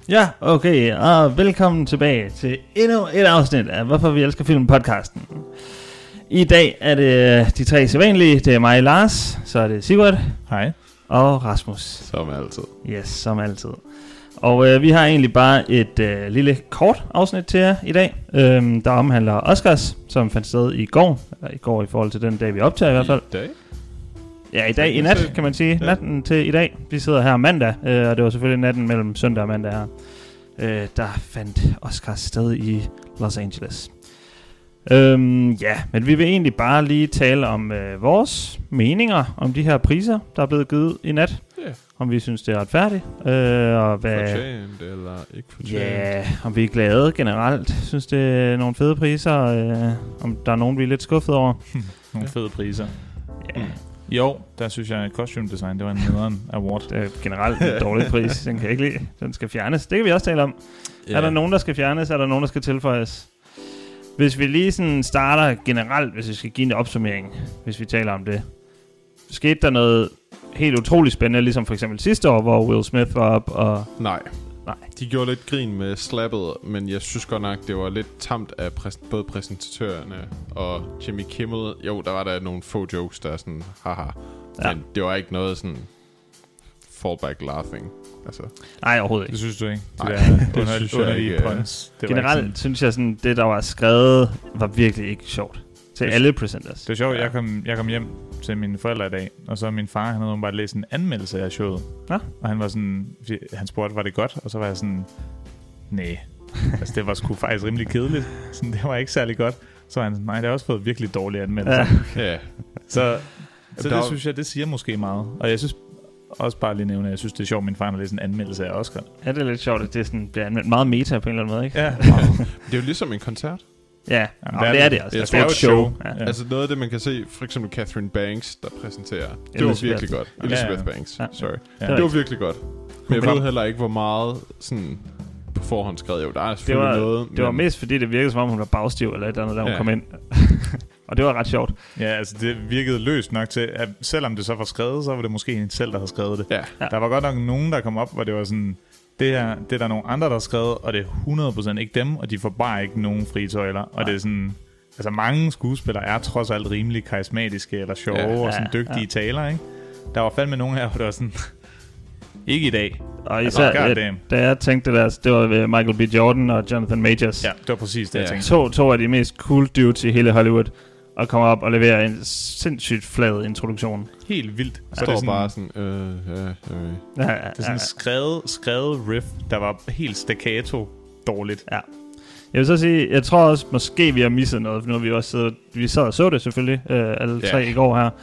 Ja, okay, og velkommen tilbage til endnu et afsnit af Hvorfor vi elsker film podcasten. I dag er det de tre sædvanlige. Det er mig, Lars, så er det Sigurd. Hej. Og Rasmus. Som altid. Yes, som altid. Og vi har egentlig bare et lille kort afsnit til jer i dag, der omhandler Oscars, som fandt sted i går. Eller i går i forhold til den dag, vi optager i hvert fald. I dag? Ja, i dag, i nat, kan man sige. Ja. Natten til i dag. Vi sidder her mandag, og det var selvfølgelig natten mellem søndag og mandag her. Der fandt Oscars sted i Los Angeles. Ja, men vi vil egentlig bare lige tale om vores meninger om de her priser, der er blevet givet i nat. Yeah. Om vi synes, det er retfærdigt. Og hvad, fortjent eller ikke fortjent. Ja, om vi er glade generelt. Synes, det er nogle fede priser. Om der er nogen, vi er lidt skuffet over. Nogle fede priser. Ja. Jo, der synes jeg, at costume design, det var en nederen award. Det er generelt en dårlig pris. Den kan jeg ikke lide. Den skal fjernes. Det kan vi også tale om. Yeah. Er der nogen, der skal fjernes? Er der nogen, der skal tilføjes? Hvis vi lige sådan starter generelt, hvis vi skal give en opsummering, hvis vi taler om det. Skete der noget helt utroligt spændende, ligesom for eksempel sidste år, hvor Will Smith var op og... Nej. De gjorde lidt grin med slappet, men jeg synes godt nok, det var lidt tamt af både præsentatørerne og Jimmy Kimmel. Jo, der var der nogle få jokes, der sådan, haha. Ja. Men det var ikke noget sådan fallback laughing. Altså. Nej, overhovedet ikke. Det synes du ikke? Nej, det synes jeg ikke. Generelt synes jeg sådan, det der var skrevet, var virkelig ikke sjovt. Til alle presenters. Det er sjovt, jeg kom hjem til mine forældre i dag, og så min far, han havde bare læst en anmeldelse af showet. Ja. Og han var sådan, han spurgte, var det godt? Og så var jeg sådan, nej. Altså det var sgu faktisk rimelig kedeligt. Sådan, det var ikke særlig godt. Så var han sådan, nej, det har også fået virkelig dårlige anmeldelser. Ja. Så det synes jeg, det siger måske meget. Og jeg synes også bare lige nævne, at jeg synes, det er sjovt, at min far har læst en anmeldelse af Oscar. Ja, det er lidt sjovt, at det sådan bliver anmeldt meget meta på en eller anden måde, ikke? Ja. Det er jo ligesom en koncert. Ja, det er det også. Det er et show. Ja. Altså noget af det, man kan se, for eksempel Catherine Banks, der præsenterer. Det var virkelig godt. Elizabeth Banks, sorry. Ja. Det var virkelig godt. Men jeg ved heller ikke, hvor meget sådan på forhånd skrevet. Jo, der er selvfølgelig noget. Det var mest fordi, det virkede som om, hun var bagstiv eller et eller andet, da hun kom ind. Og det var ret sjovt. Ja, altså det virkede løst nok til, at selvom det så var skrevet, så var det måske en selv, der havde skrevet det. Ja. Der var godt nok nogen, der kom op, hvor det var sådan... Det er der nogle andre, der har skrevet, og det er 100% ikke dem, og de får bare ikke nogen frie tøjler. Og det er sådan... Altså mange skuespillere er trods alt rimelig karismatiske eller sjove og sådan dygtige taler, ikke? Der var fandme nogen her, hvor det var sådan... ikke i dag. Og især, da jeg tænkte det var Michael B. Jordan og Jonathan Majors. Ja, det var præcis det, jeg tænkte. To af de mest cool dudes i hele Hollywood. Og kommer op og leverer en sindssygt flad introduktion. Helt vildt. Så står sådan, bare sådan... Det er sådan skrevet riff, der var helt staccato dårligt. Ja. Jeg vil så sige, jeg tror også, måske vi har misset noget, for nu har vi også vi sad og så det selvfølgelig, alle tre i går her.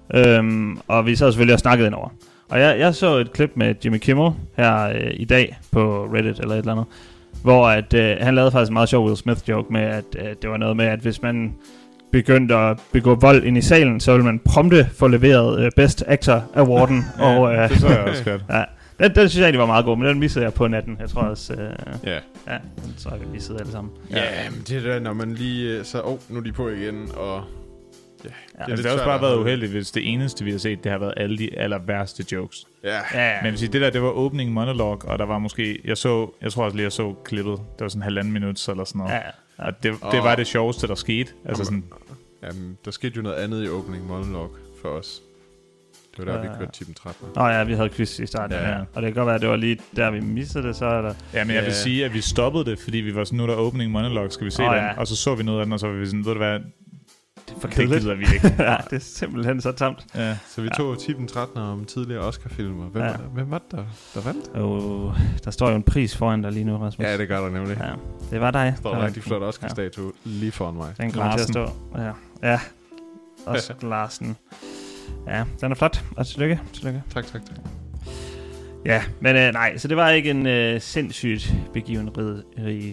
Og vi sad selvfølgelig og snakkede indover. Og jeg så et klip med Jimmy Kimmel her i dag på Reddit eller et eller andet, hvor at, han lavede faktisk en meget sjov Will Smith joke med, at det var noget med, at hvis man begyndte at begå vold ind i salen, så ville man prompte få leveret Best Actor Awarden. Og, det så jeg også godt. Ja, den synes jeg egentlig var meget god, men den missede jeg på natten. Jeg tror også... Ja, den tror jeg, vi missede alle sammen. Ja, det er der, når man lige... Så, nu er de på igen, og... Ja, det har også bare været uheldigt, hvis det eneste, vi har set, det har været alle de aller værste jokes. Ja. Men hvis det der, det var opening monologue, og der var måske... Jeg tror også lige, jeg så klippet. Det var sådan 1,5 minut eller sådan noget. Ja. Og det var det sjoveste, der skete. Altså sådan... Jamen, der skete jo noget andet i opening monologue for os. Det var der, vi kørte tippen 13. Ja, vi havde quiz i starten. Ja. Og det kan godt være, at det var lige der, vi missede det så. Eller? Ja, men jeg vil sige, at vi stoppede det, fordi vi var sådan, nu der opening monologue, skal vi se den? Og så så vi noget af den, og så var vi sådan, ved du hvad... Det gider vi ikke. Ja, det er simpelthen så tamt. Ja. Så vi tog tippen 13 om tidligere Oscar-filmer. Hvem var det, der vandt? Der står jo en pris foran dig lige nu, Rasmus. Ja, det gør der nemlig. Ja, det var dig. Der står en rigtig flot Oscar-statue lige foran mig. Den kommer til at stå. Ja. Oscar Larsen. Ja, den er flot. Og tillykke. Tak. Ja, men nej, så det var ikke en sindssygt begivenhedsrig.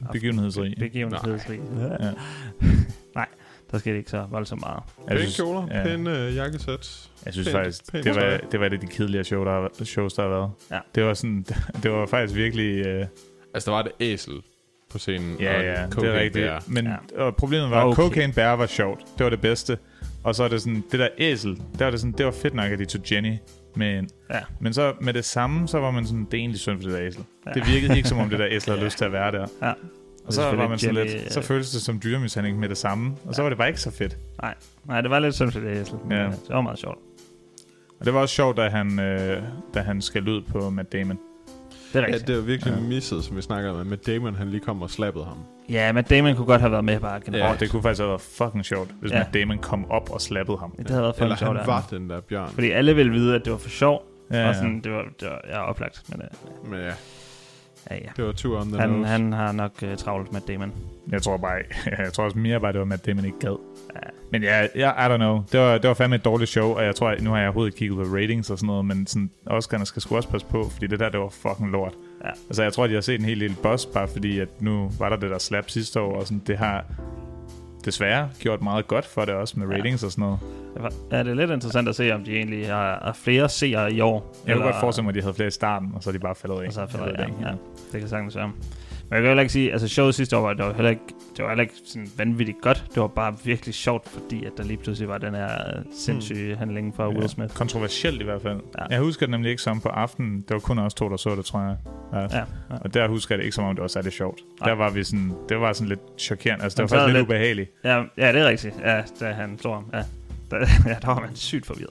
Ja. Nej, der skete ikke så voldsomt meget. Pæne kjoler, pæne jakkesæt. Jeg synes faktisk, det var det de kedelige shows, der har været. Ja. Det var faktisk virkelig... Altså, der var det æsel på scenen. Ja, det er rigtigt. Men problemet var, at Cocaine Bear var sjovt. Det var det bedste. Og så er det sådan, det der æsel, det var fedt nok, at de tog Jenny. med. Ja. Men så med det samme, så var man sådan, det er egentlig synd for det der æsel. Ja. Det virkede ikke som om det der æsel havde lyst til at være der. Ja. Og så var man sådan lidt, så føltes det som dyremishandling med det samme. Og så var det bare ikke så fedt. Nej, det var lidt synd for det æsel. Ja. Det var meget sjovt. Og det var også sjovt, da han skældte ud på Matt Damon. Det er rigtigt. Ja, det var virkelig misset, som vi snakker om. Matt Damon, han lige kom og slappede ham. Ja, Matt Damon kunne godt have været med bare generelt. Ja, det kunne faktisk have været fucking sjovt, hvis Matt Damon kom op og slappede ham. Det havde været fucking sjovt. Eller han var den der bjørn. Fordi alle ville vide, at det var for sjov. Ja, og sådan, det var oplagt. Men ja. Ja. Det var tur om den han har nok travlt med Damon. Jeg tror også mere bare, det var Matt Damon ikke gad. Ja. Men I don't know. Det var fandme et dårligt show, og jeg tror, nu har jeg overhovedet kigget på ratings og sådan noget, men sådan, Oscar'erne skal sgu også passe på, fordi det var fucking lort. Ja. Altså, jeg tror, de har set en helt lille boss, bare fordi, at nu var der det der slap sidste år, og sådan, det har desværre gjort meget godt for det også med ratings og sådan noget. Ja, det er lidt interessant at se, om de egentlig har flere seere i år. Jeg kunne godt forestille mig, at de havde flere i starten, og så er de bare faldet af. Og så ja. Det kan sagtens være. Men jeg kan heller ikke sige, altså showet sidste år var det var heller ikke sådan vanvittigt godt. Det var bare virkelig sjovt, fordi at der lige pludselig var den her sindssyge handling fra Will Smith. Kontroversielt i hvert fald. Ja. Jeg husker det nemlig ikke som på aftenen. Det var kun os to, der så det, tror jeg. Ja. Og der husker jeg det ikke, som om det var særlig sjovt. Der var vi sådan, det var sådan lidt chokerende. Altså, det var faktisk lidt ubehageligt. Ja, det er rigtigt. Ja, da han slår ham. Ja. Der var man sygt forvirret.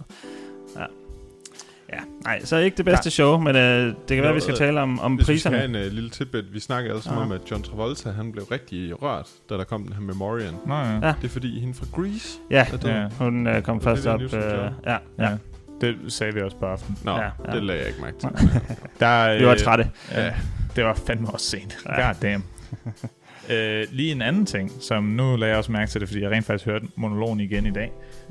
Ja, nej, så ikke det bedste show, men det kan være, at vi skal tale om priserne. Hvis vi skal have en lille tidbit, vi snakkede altså om, at John Travolta, han blev rigtig rørt, da der kom den her memorial. Ja. Det er fordi, hende fra Grease... Ja, hun kom først op. Ja. Det sagde vi også på aften. Nå, det lagde jeg ikke mærke til. Vi var trætte. Ja, det var fandme også sent. God damn. Lige en anden ting, som nu lagde jeg også mærke til det, fordi jeg rent faktisk hørte monologen igen i dag.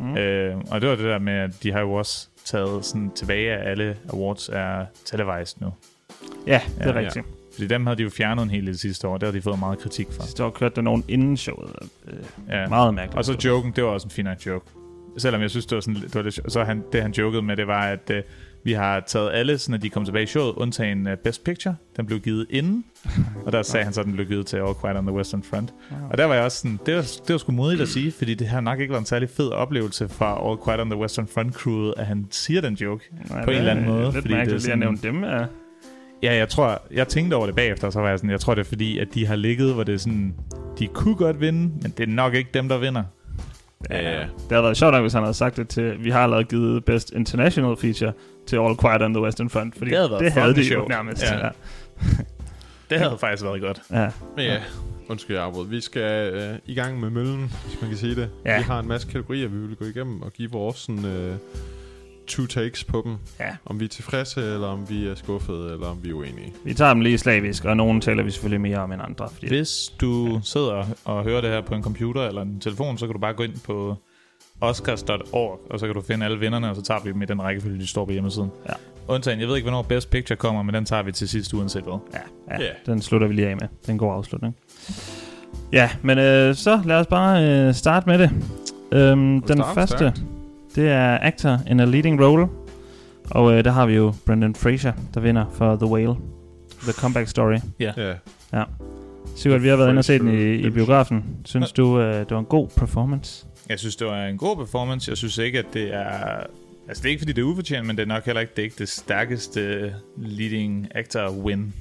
Og det var det der med, at de har jo også taget sådan tilbage, at alle awards er televised nu. Ja, det er rigtigt. Fordi dem havde de jo fjernet en hel del sidste år. Der havde de fået meget kritik for. Sidste år kørte der nogen inden showet. Meget mærkeligt. Og så joken, det var også en fin joke. Selvom jeg synes, det var sådan lidt, så det han jokede med, det var, at vi har taget alle, sådan at de kom tilbage i showet, undtagen Best Picture. Den blev givet inden. Og der sagde han så, at den blev givet til All Quiet on the Western Front. Og der var jeg også sådan, det var sgu modigt at sige, fordi det har nok ikke været en særlig fed oplevelse fra All Quiet on the Western Front crewet, at han siger den joke på en eller anden måde. Lidt mærkeligt at nævne dem, Ja, jeg tænkte over det bagefter, så var jeg sådan, jeg tror det er fordi, at de har ligget, hvor det er sådan, de kunne godt vinde, men det er nok ikke dem, der vinder. Ja. Det havde været sjovt nok, hvis han havde sagt det til, vi har allerede givet Best International Feature til All Quiet on the Western Front, fordi det havde de jo nærmest. Ja. Det havde faktisk været godt. Ja. Men ja, undskyld jeg afbrød. Vi skal i gang med møllen, hvis man kan sige det. Ja. Vi har en masse kategorier, vi vil gå igennem og give vores sådan, two takes på dem. Ja. Om vi er tilfredse, eller om vi er skuffede, eller om vi er uenige. Vi tager dem lige slavisk, og nogle taler vi selvfølgelig mere om end andre. Fordi hvis du sidder og hører det her på en computer eller en telefon, så kan du bare gå ind på oscars.org, og så kan du finde alle vinderne, og så tager vi dem i den rækkefølge, de står på hjemmesiden. Ja. Undtagen, jeg ved ikke, hvornår Best Picture kommer, men den tager vi til sidst uanset hvad. Ja. Den slutter vi lige af med. Den går afslutning. Ja, men så lad os bare starte med det. Den første, det er Actor in a Leading Role. Og der har vi jo Brendan Fraser, der vinder for The Whale. The Comeback Story. Ja. Sigurd, vi har været inde og set den i biografen. Synes du, det var en god performance? Jeg synes, det var en god performance. Jeg synes ikke, at det er... Altså, det er ikke, fordi det er ufortjent, men det er nok heller ikke det stærkeste leading actor win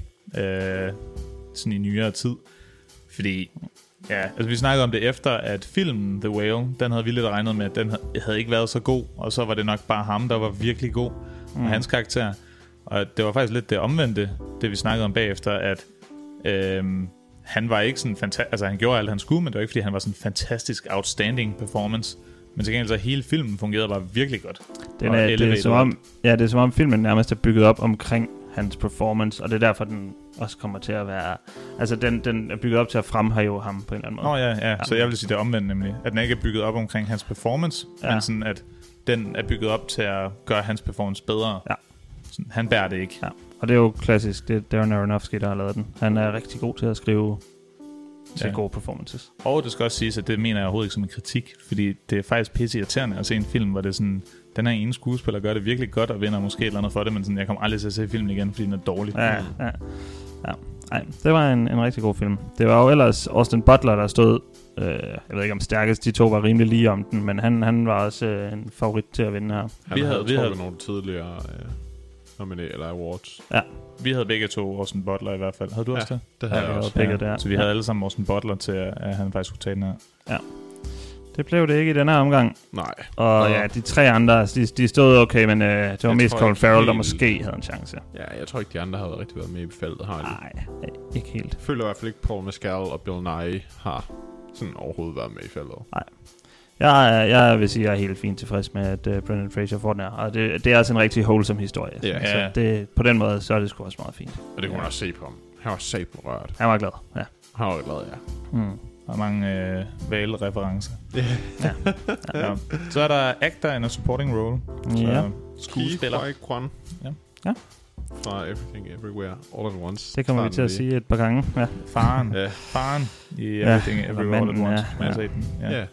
sådan i nyere tid. Fordi, altså vi snakkede om det efter, at filmen The Whale, den havde vi lidt regnet med, at den havde ikke været så god, og så var det nok bare ham, der var virkelig god, og hans karakter. Og det var faktisk lidt det omvendte, det vi snakkede om bagefter, at han var ikke sådan fantastisk, altså han gjorde alt, han skulle, men det var ikke, fordi han var sådan en fantastisk outstanding performance. Men til gengæld så hele filmen fungerede bare virkelig godt. Det er som om filmen nærmest er bygget op omkring hans performance, og det er derfor, den også kommer til at være... Altså, den er bygget op til at fremhæve ham på en eller anden måde. Ja. Så jeg vil sige, det er omvendt nemlig. At den ikke er bygget op omkring hans performance, men sådan, at den er bygget op til at gøre hans performance bedre. Ja. Sådan, han bærer det ikke. Ja. Og det er jo klassisk. Det er Darren Aronofsky, der har lavet den. Han er rigtig god til at skrive gode performances. Og det skal også siges, at det mener jeg overhovedet ikke som en kritik, fordi det er faktisk pisse irriterende at se en film, hvor det er sådan... Den her ene skuespiller gør det virkelig godt og vinder måske et eller andet for det, men sådan, jeg kommer aldrig til at se filmen igen, fordi den er dårlig. Ja. Nej, det var en rigtig god film. Det var jo ellers Austin Butler, der stod, jeg ved ikke om stærkest, de to var rimelig lige om den, men han var også en favorit til at vinde her. Vi havde nogle tidligere eller awards. Ja. Vi havde begge to Austin Butler i hvert fald. Havde du også det? Det havde jeg også. Begge der. Så vi havde alle sammen Austin Butler til, at han faktisk skulle tage den her. Ja. Det blev det ikke i den her omgang. Nej. Og ja, de tre andre, de stod okay, men det var mest Colin Farrell, der måske havde en chance. Ja, jeg tror ikke, de andre havde rigtig været med i feltet. Nej, ikke helt. Jeg føler i hvert fald ikke, Paul Mescal og Bill Nighy har sådan overhovedet været med i feltet. Nej. Jeg vil sige, at jeg er helt fint tilfreds med, at Brendan Fraser får den her. Og det er altså en rigtig wholesome historie. Ja. Så det, på den måde, så er det sgu også meget fint. Og det kunne man også se på ham. Han var sat på rørt. Han var glad, ja. Han var glad, ja. Der er mange valreferencer. Ja. Ja. Så er der actor in a supporting role. Ja. Skuespiller. Ki Huy Kwan. Ja. Fra Everything Everywhere All at Once. Det kommer vi til at sige et par gange. Ja. Faren. Faren i Everything Everywhere All at Once. Ja.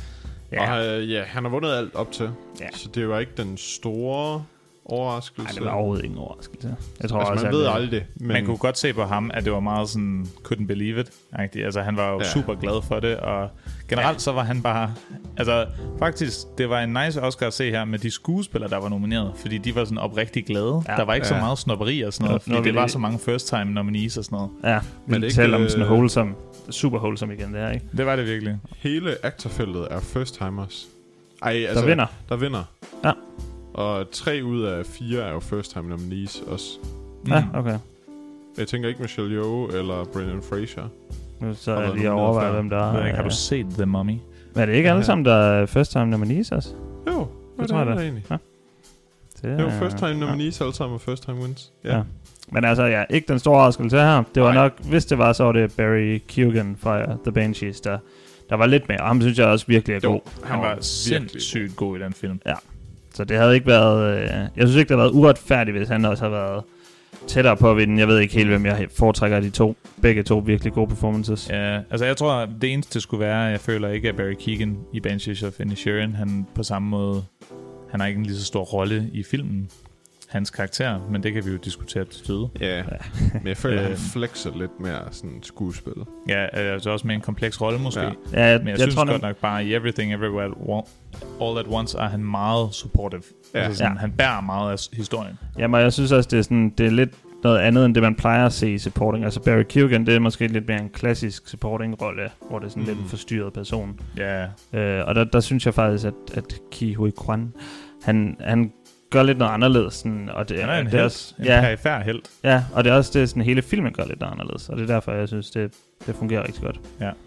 Og han har vundet alt op til. Ja. Så det var ikke den store overraskelse. Nej, det var overhovedet ingen overraskelse. Jeg tror altså, også, man ved aldrig. Men man kunne godt se på ham, at det var meget sådan, couldn't believe it. Altså, han var jo super glad for det, og generelt så var han bare... Altså, faktisk, det var en nice Oscar at se her med de skuespillere, der var nomineret, fordi de var sådan oprigtig glade. Ja. Der var ikke så meget snobberi og sådan noget, fordi det var så mange first-time nominees og sådan noget. Ja, men det taler om sådan wholesome, super wholesome igen, det her, ikke? Det var det virkelig. Hele actorfeltet er first-timers. Altså, der vinder. Ja. Og 3 ud af 4 er jo first-time nominees også. Ja, okay. Jeg tænker ikke Michelle Yeoh eller Brendan Fraser. Nu så er lige overvejet, hvem der er. Har du set The Mummy? Men er det ikke alle sammen, der er first-time nominees også? Jo, det tror jeg da egentlig. Ja. Det var first-time nominees alle sammen, og first-time wins. Ja. Men altså, ikke den store overraskelse her. Det var nok, hvis det var, så var det Barry Keoghan fra The Banshees, der var lidt med. Og ham synes jeg også virkelig er god. Han var sindssygt god i den film. Ja. Så det havde ikke været... jeg synes ikke, det havde været uretfærdigt, hvis han også havde været tættere på at vinde. Jeg ved ikke helt, hvem jeg foretrækker af de to. Begge to virkelig gode performances. Ja, altså jeg tror, det eneste skulle være, jeg føler ikke, at Barry Keoghan i Banshees of Inisherin, han på samme måde... Han har ikke en lige så stor rolle i filmen, hans karakter, men det kan vi jo diskutere til døde. Ja, men jeg føler, at han flexer lidt mere sådan skuespil. Ja, altså også med en kompleks rolle måske. Ja, men jeg synes tror godt nok bare, i Everything Everywhere All at Once er han meget supportive. Ja. Altså sådan, han bærer meget af historien. Jamen, jeg synes også, det er lidt noget andet, end det man plejer at se i supporting. Altså Barry Keoghan, det er måske lidt mere en klassisk supporting-rolle, hvor det er sådan lidt en forstyrret person. Ja. Og der synes jeg faktisk, at Ki Huy Kwan, han gør lidt noget anderledes. Sådan, og det, han er en helt, også, en perifær helt. Ja, og det er også det, sådan, hele filmen gør lidt anderledes. Og det er derfor, jeg synes, det fungerer rigtig godt.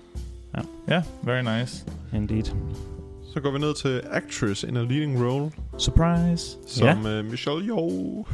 Ja, very nice. Indeed. Så går vi ned til Actress in a Leading Role. Surprise. Som Michelle Yeoh.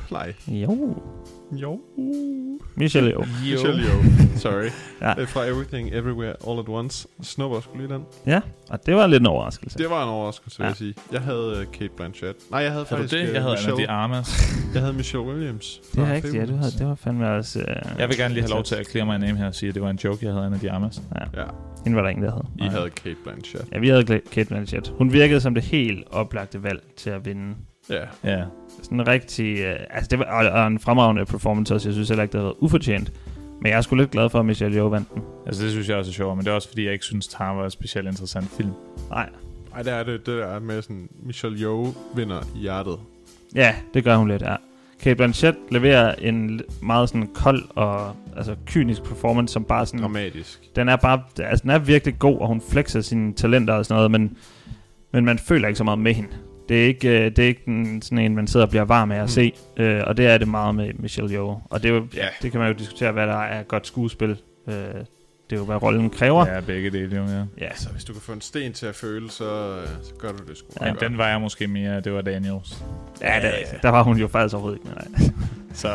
Michelle Yeoh. Michelle Yeoh. Sorry. Fra Everything Everywhere All at Once. Snupper skulle lige den. Ja, og det var lidt en overraskelse. Det var en overraskelse, vil jeg sige. Jeg havde Cate Blanchett. Nej, jeg havde faktisk det? Jeg havde Ana de Armas. Jeg havde Michelle Williams. Det er rigtigt, det var fandme også... jeg vil gerne lige have lov til at clear my name her og sige, at det var en joke, jeg havde Ana de Armas. Ja. Hende var der ingen, der havde. I havde Cate Blanchett. Ja, vi havde Cate Blanchett. Hun virkede som det helt oplagte valg til at vinde. Ja. Sådan en rigtig... altså det var og en fremragende performance også. Jeg synes heller ikke, det havde været ufortjent. Men jeg er sgu lidt glad for, at Michelle Yeoh vandt den. Altså det synes jeg også er sjovt, men det er også fordi, jeg ikke synes, Tar var en specielt interessant film. Nej, det er det der med sådan, Michelle Yeoh vinder i hjertet. Ja, det gør hun lidt, ja. Cate Blanchett leverer en meget sådan kold og altså kynisk performance, som bare sådan... Dramatisk. Den er bare... Altså, den er virkelig god, og hun flexer sine talenter og sådan noget, men man føler ikke så meget med hende. Det er ikke sådan en, man sidder og bliver varm af at se, og det er det meget med Michelle Yeoh. Og det, er jo, det kan man jo diskutere, hvad der er godt skuespil. Det er jo, hvad rollen kræver. Ja, begge dele jo, ja. Så hvis du kan få en sten til at føle, så gør du det sgu. Ja, den var jeg måske mere, det var Daniels. Ja, der var hun jo faktisk overhovedet ikke. Nej. Så...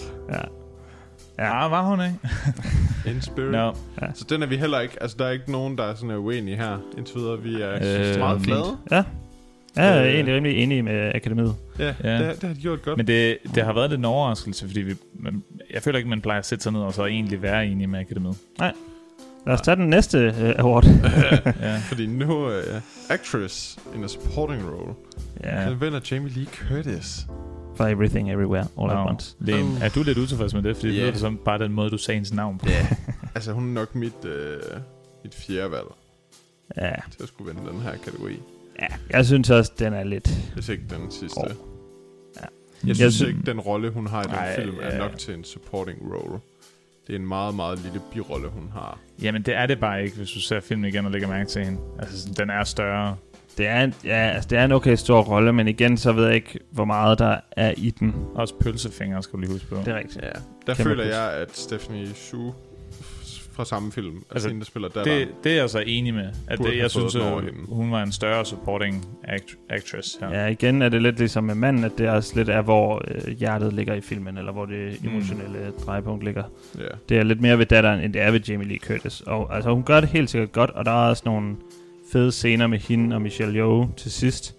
Ja, var hun ikke? In spirit. No. Ja. Så den er vi heller ikke... Altså, der er ikke nogen, der er sådan uenige her. Indtil videre, vi er meget glade. Ja. Jeg er egentlig rimelig enig med akademiet. Ja. Det har de gjort godt. Men det har været lidt en overraskelse, fordi jeg føler ikke, man plejer at sætte sig ned og så egentlig være enig med akademiet. Nej. Lad os tage den næste award. Fordi nu Actress in a Supporting Role. Den vinder Jamie Lee Curtis. for Everything Everywhere All at Once. Er du lidt utilfreds med det? Fordi det er som bare den måde, du sagde hendes navn på. Ja, altså hun er nok mit fjerde valg. Ja. Til at skulle vinde den her kategori. Ja, jeg synes også, den er lidt... Hvis ikke den sidste. Ja. Jeg synes ikke, den rolle, hun har i den film, er nok til en supporting role. Det er en meget, meget lille birolle, hun har. Jamen, det er det bare ikke, hvis du ser filmen igen og lægger mærke til hende. Altså, den er større. Det er en okay stor rolle, men igen, så ved jeg ikke, hvor meget der er i den. Også pølsefinger, skal du lige huske på. Det er rigtigt. Ja. Der føler jeg, at Stephanie Hsu fra samme film, altså hende, der spiller datteren. Det er jeg så enig med. At jeg synes, hun var en større supporting actress her. Ja, igen er det lidt ligesom med manden, at det også lidt er, hvor hjertet ligger i filmen, eller hvor det emotionelle drejepunkt ligger. Yeah. Det er lidt mere ved datteren, end det er ved Jamie Lee Curtis. Og altså, hun gør det helt sikkert godt, og der er også nogle fede scener med hende og Michelle Yeoh til sidst.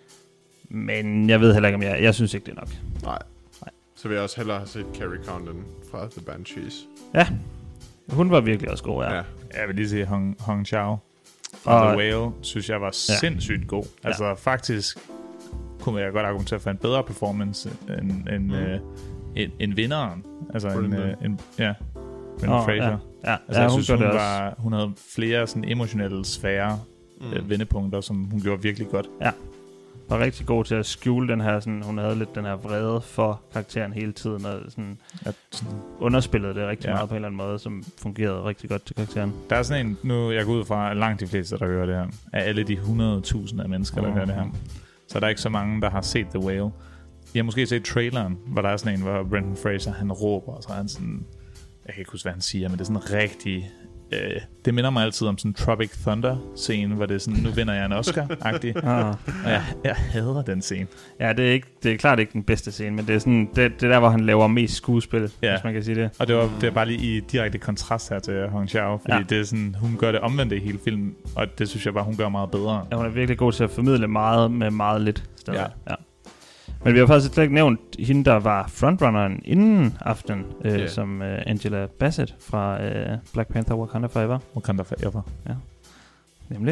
Men jeg ved heller ikke, om jeg synes ikke, det er nok. Nej. Så vil jeg også hellere have set Carrie Condon fra The Banshees. Ja. Hun var virkelig også god, ja. Jeg vil lige sige Hong Chau fra The Whale, synes jeg var sindssygt god. Altså faktisk kunne jeg godt argumentere for en bedre performance end vinderen. Altså Brendan Fraser. Altså jeg synes, hun havde flere sådan emotionelle sfære vendepunkter, som hun gjorde virkelig godt. Ja. Var rigtig god til at skjule den her, sådan, hun havde lidt den her vrede for karakteren hele tiden, og sådan underspillede det rigtig meget på en eller anden måde, som fungerede rigtig godt til karakteren. Der er sådan en, nu jeg går ud fra langt de fleste, der hører det her, af alle de 100.000 af mennesker, der hører det her. Så der er ikke så mange, der har set The Whale. Jeg har måske set traileren, hvor der er sådan en, hvor Brendan Fraser, han råber, og så er han sådan, jeg kan ikke huske, hvad han siger, men det er sådan rigtig... det minder mig altid om sådan en Tropic Thunder-scene, hvor det er sådan, nu vinder jeg en Oscar-agtig. Og jeg hader den scene. Ja, det er klart ikke den bedste scene, men det er sådan, det der, hvor han laver mest skuespil, hvis man kan sige det. Og det er bare lige i direkte kontrast her til Hong Chau, fordi det er sådan, hun gør det omvendt i hele filmen, og det synes jeg bare, hun gør meget bedre. Ja, hun er virkelig god til at formidle meget med meget lidt stadig. Ja. Men vi har faktisk slet ikke nævnt hende, der var frontrunneren inden aften, som Angela Bassett fra Black Panther Wakanda Forever. Wakanda Forever. Ja, nemlig.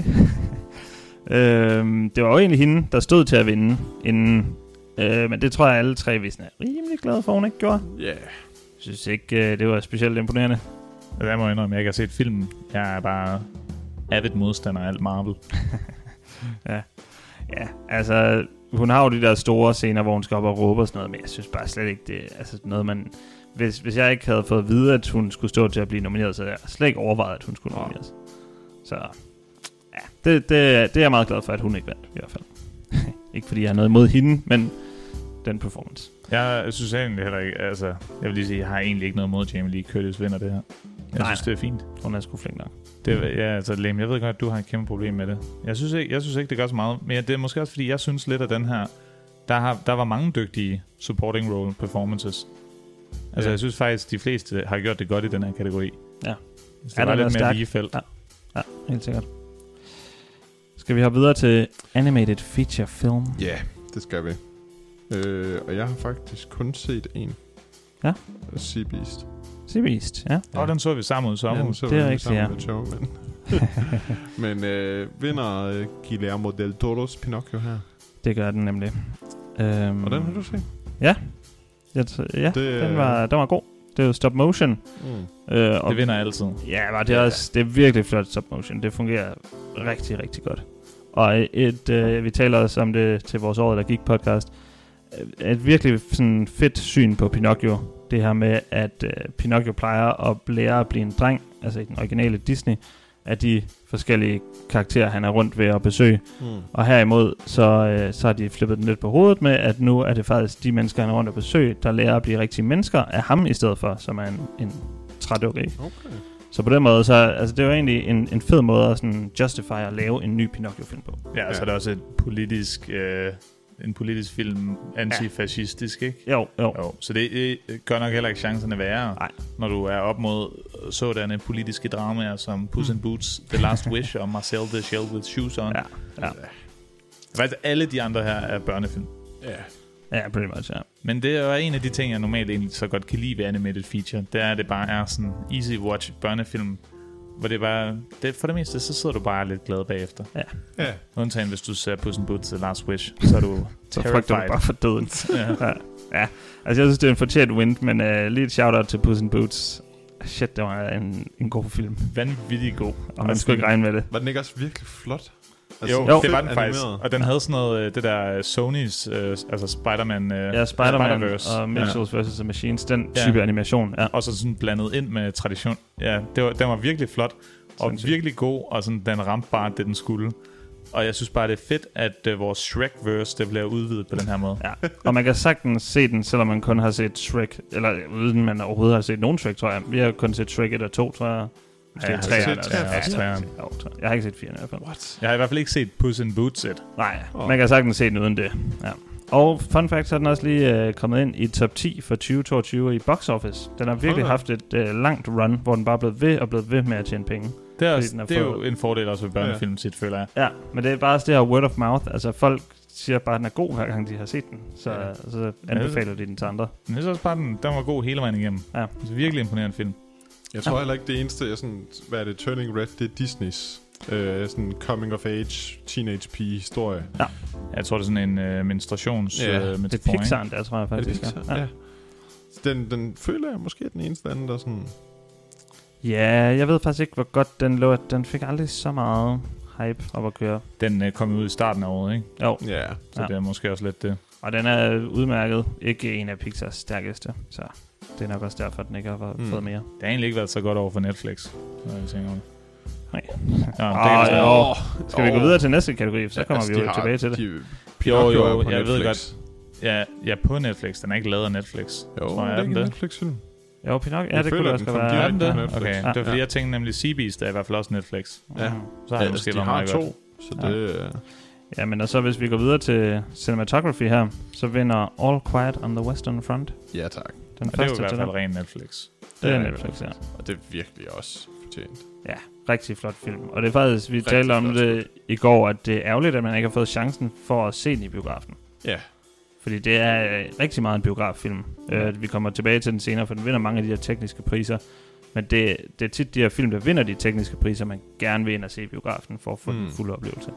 Det var jo egentlig hende, der stod til at vinde inden. Men det tror jeg, alle tre vi er rimelig glade for, hun ikke gjorde. Ja. Jeg synes ikke, det var specielt imponerende. Jeg må indrømme, jeg ikke har set filmen. Jeg er bare avid modstander af alt Marvel. Ja, altså... Hun har jo de der store scener, hvor hun skal op og råbe og sådan noget, men jeg synes bare slet ikke, det er altså noget, man... Hvis jeg ikke havde fået at vide, at hun skulle stå til at blive nomineret, så havde jeg slet ikke overvejet, at hun skulle nomineres. Så ja, det er jeg meget glad for, at hun ikke vandt, i hvert fald. Ikke fordi jeg har noget imod hende, men den performance. Jeg synes egentlig heller ikke, altså... Jeg vil lige sige, jeg har egentlig ikke noget imod Jamie Lee Curtis vinder det her. Jeg synes, det er fint. Hun er sgu flink nok. Altså Lem, jeg ved godt, at du har et kæmpe problem med det. Jeg synes ikke, det gør så meget. Men det er måske også, fordi jeg synes lidt, at den her... Der var mange dygtige supporting role performances. Altså, jeg synes faktisk, de fleste har gjort det godt i den her kategori. Ja. Så det var lidt mere lige felt. Ja, helt sikkert. Skal vi hoppe videre til Animated Feature Film? Ja, det skal vi. Og jeg har faktisk kun set en. Ja. Sea Beast. Sea Beast, ja. Den så vi sammen ud sommer. Ja, det er rigtigt, ja. Men vinder Guillermo del Toro's Pinocchio her? Det gør den nemlig. Og den har du set? Ja. Den var god. Det er jo stop motion. Det vinder altid. Ja, det er virkelig flot stop motion. Det fungerer rigtig, rigtig godt. Og vi taler også om det til vores Året, der gik podcast. Et virkelig sådan fedt syn på Pinocchio. Det her med, at Pinocchio plejer at lære at blive en dreng, altså i den originale Disney, af de forskellige karakterer, han er rundt ved at besøge. Og herimod, så har de flippet den lidt på hovedet med, at nu er det faktisk de mennesker, han er rundt at besøge, der lærer at blive rigtige mennesker af ham, i stedet for, som er en trædukke. Okay. Så på den måde, så altså, det var egentlig en fed måde at sådan justify at lave en ny Pinocchio-film på. Ja, så er det også et politisk... en politisk film, antifascistisk, ikke? Jo. Så det gør nok heller ikke chancerne værre, når du er op mod sådanne politiske dramaer som Puss in Boots, The Last Wish og Marcel the Shell with Shoes On. Ja. Faktisk alle de andre her er børnefilm. Ja, pretty much, ja. Men det er en af de ting, jeg normalt egentlig så godt kan lide ved animated feature. Det er, at det bare er sådan easy watch børnefilm, hvor det bare, for det meste, så sidder du bare lidt glad bagefter. Ja. Undtagen hvis du ser Puss in Boots The Last Wish, så er du så frygter du bare for døden. Ja. Ja, altså jeg synes, det er en fortjent win, men lige et shout-out til Puss in Boots. Shit, det var en god film. Vanvittigt god. Og man skulle ikke regne med det. Var den ikke også virkelig flot? Altså, Jo, det var den faktisk. Og den havde sådan noget, det der Sonys, altså Spider-Man. Spider-Man og Mitchells vs. Machines, den type animation. Ja. Og så sådan blandet ind med tradition. Ja, den var virkelig flot. Og virkelig god, og sådan, den ramte bare det, den skulle. Og jeg synes bare, det er fedt, at vores Shrek-verse, det bliver udvidet på den her måde. Ja. Og man kan sagtens se den, selvom man kun har set Shrek, eller uden man overhovedet har set nogen Shrek, tror jeg. Vi har kun set Shrek 1 og 2, tror jeg. Ja, jeg har set 3'eren. Jeg har ikke set 4'eren i hvert fald. What? Jeg har i hvert fald ikke set Puss in Boots 1. Nej, man kan sagtens se den uden det. Ja. Og fun fact, så er den også lige kommet ind i top 10 for 2022 i Box Office. Den har virkelig haft et langt run, hvor den bare er blevet ved med at tjene penge. Det er jo en fordel også ved børnefilm, sit føler jeg. Ja, men det er bare det her word of mouth. Altså folk siger bare, at den er god, hver gang de har set den. Så anbefaler de den til andre. Men jeg synes også bare, den var god hele vejen igennem. Ja. Det er virkelig imponerende film. Jeg tror heller ikke, det eneste, hvad er det, Turning Red, det er Disneys sådan coming of age, teenage pige historie. Ja. Jeg tror, det er sådan en menstruationsmetafor. Det er Pixar'en, der tror jeg faktisk. Ja. Den føler jeg måske den eneste anden, der sådan... Ja, jeg ved faktisk ikke, hvor godt den lå. Den fik aldrig så meget hype op at køre. Den kom ud i starten af året, ikke? Jo. Ja. Så det er måske også lidt det. Og den er udmærket. Ikke en af Pixars stærkeste, så det er nok også derfor, den ikke har fået mere. Det har egentlig ikke været så godt over for Netflix, når jeg tænker om det. Nej. Ja, skal vi gå videre til næste kategori, så kommer vi jo tilbage til det. Jo, jeg ved godt. Ja, på Netflix. Den er ikke lavet af Netflix. Jo, det er ikke en Netflix-film. Jo, Pinocchio. Ja, det kunne også være. Er den det? Okay, det var fordi, jeg tænkte nemlig Seabeast er i hvert fald også Netflix. Ja. Så har det måske været meget godt. Så det... Ja, men og så hvis vi går videre til cinematography her, så vinder All Quiet on the Western Front. Ja, tak. Den første det er jo i hvert fald ren Netflix. Det er Netflix, ja. Og det er virkelig også fortjent. Ja, rigtig flot film. Og det er faktisk, vi talte om det i går, at det er ærgerligt, at man ikke har fået chancen for at se den i biografen. Ja. Fordi det er rigtig meget en biograffilm. Vi kommer tilbage til den senere, for den vinder mange af de her tekniske priser. Men det er tit de her film, der vinder de tekniske priser, man gerne vil ind og se i biografen for at få den fulde oplevelse.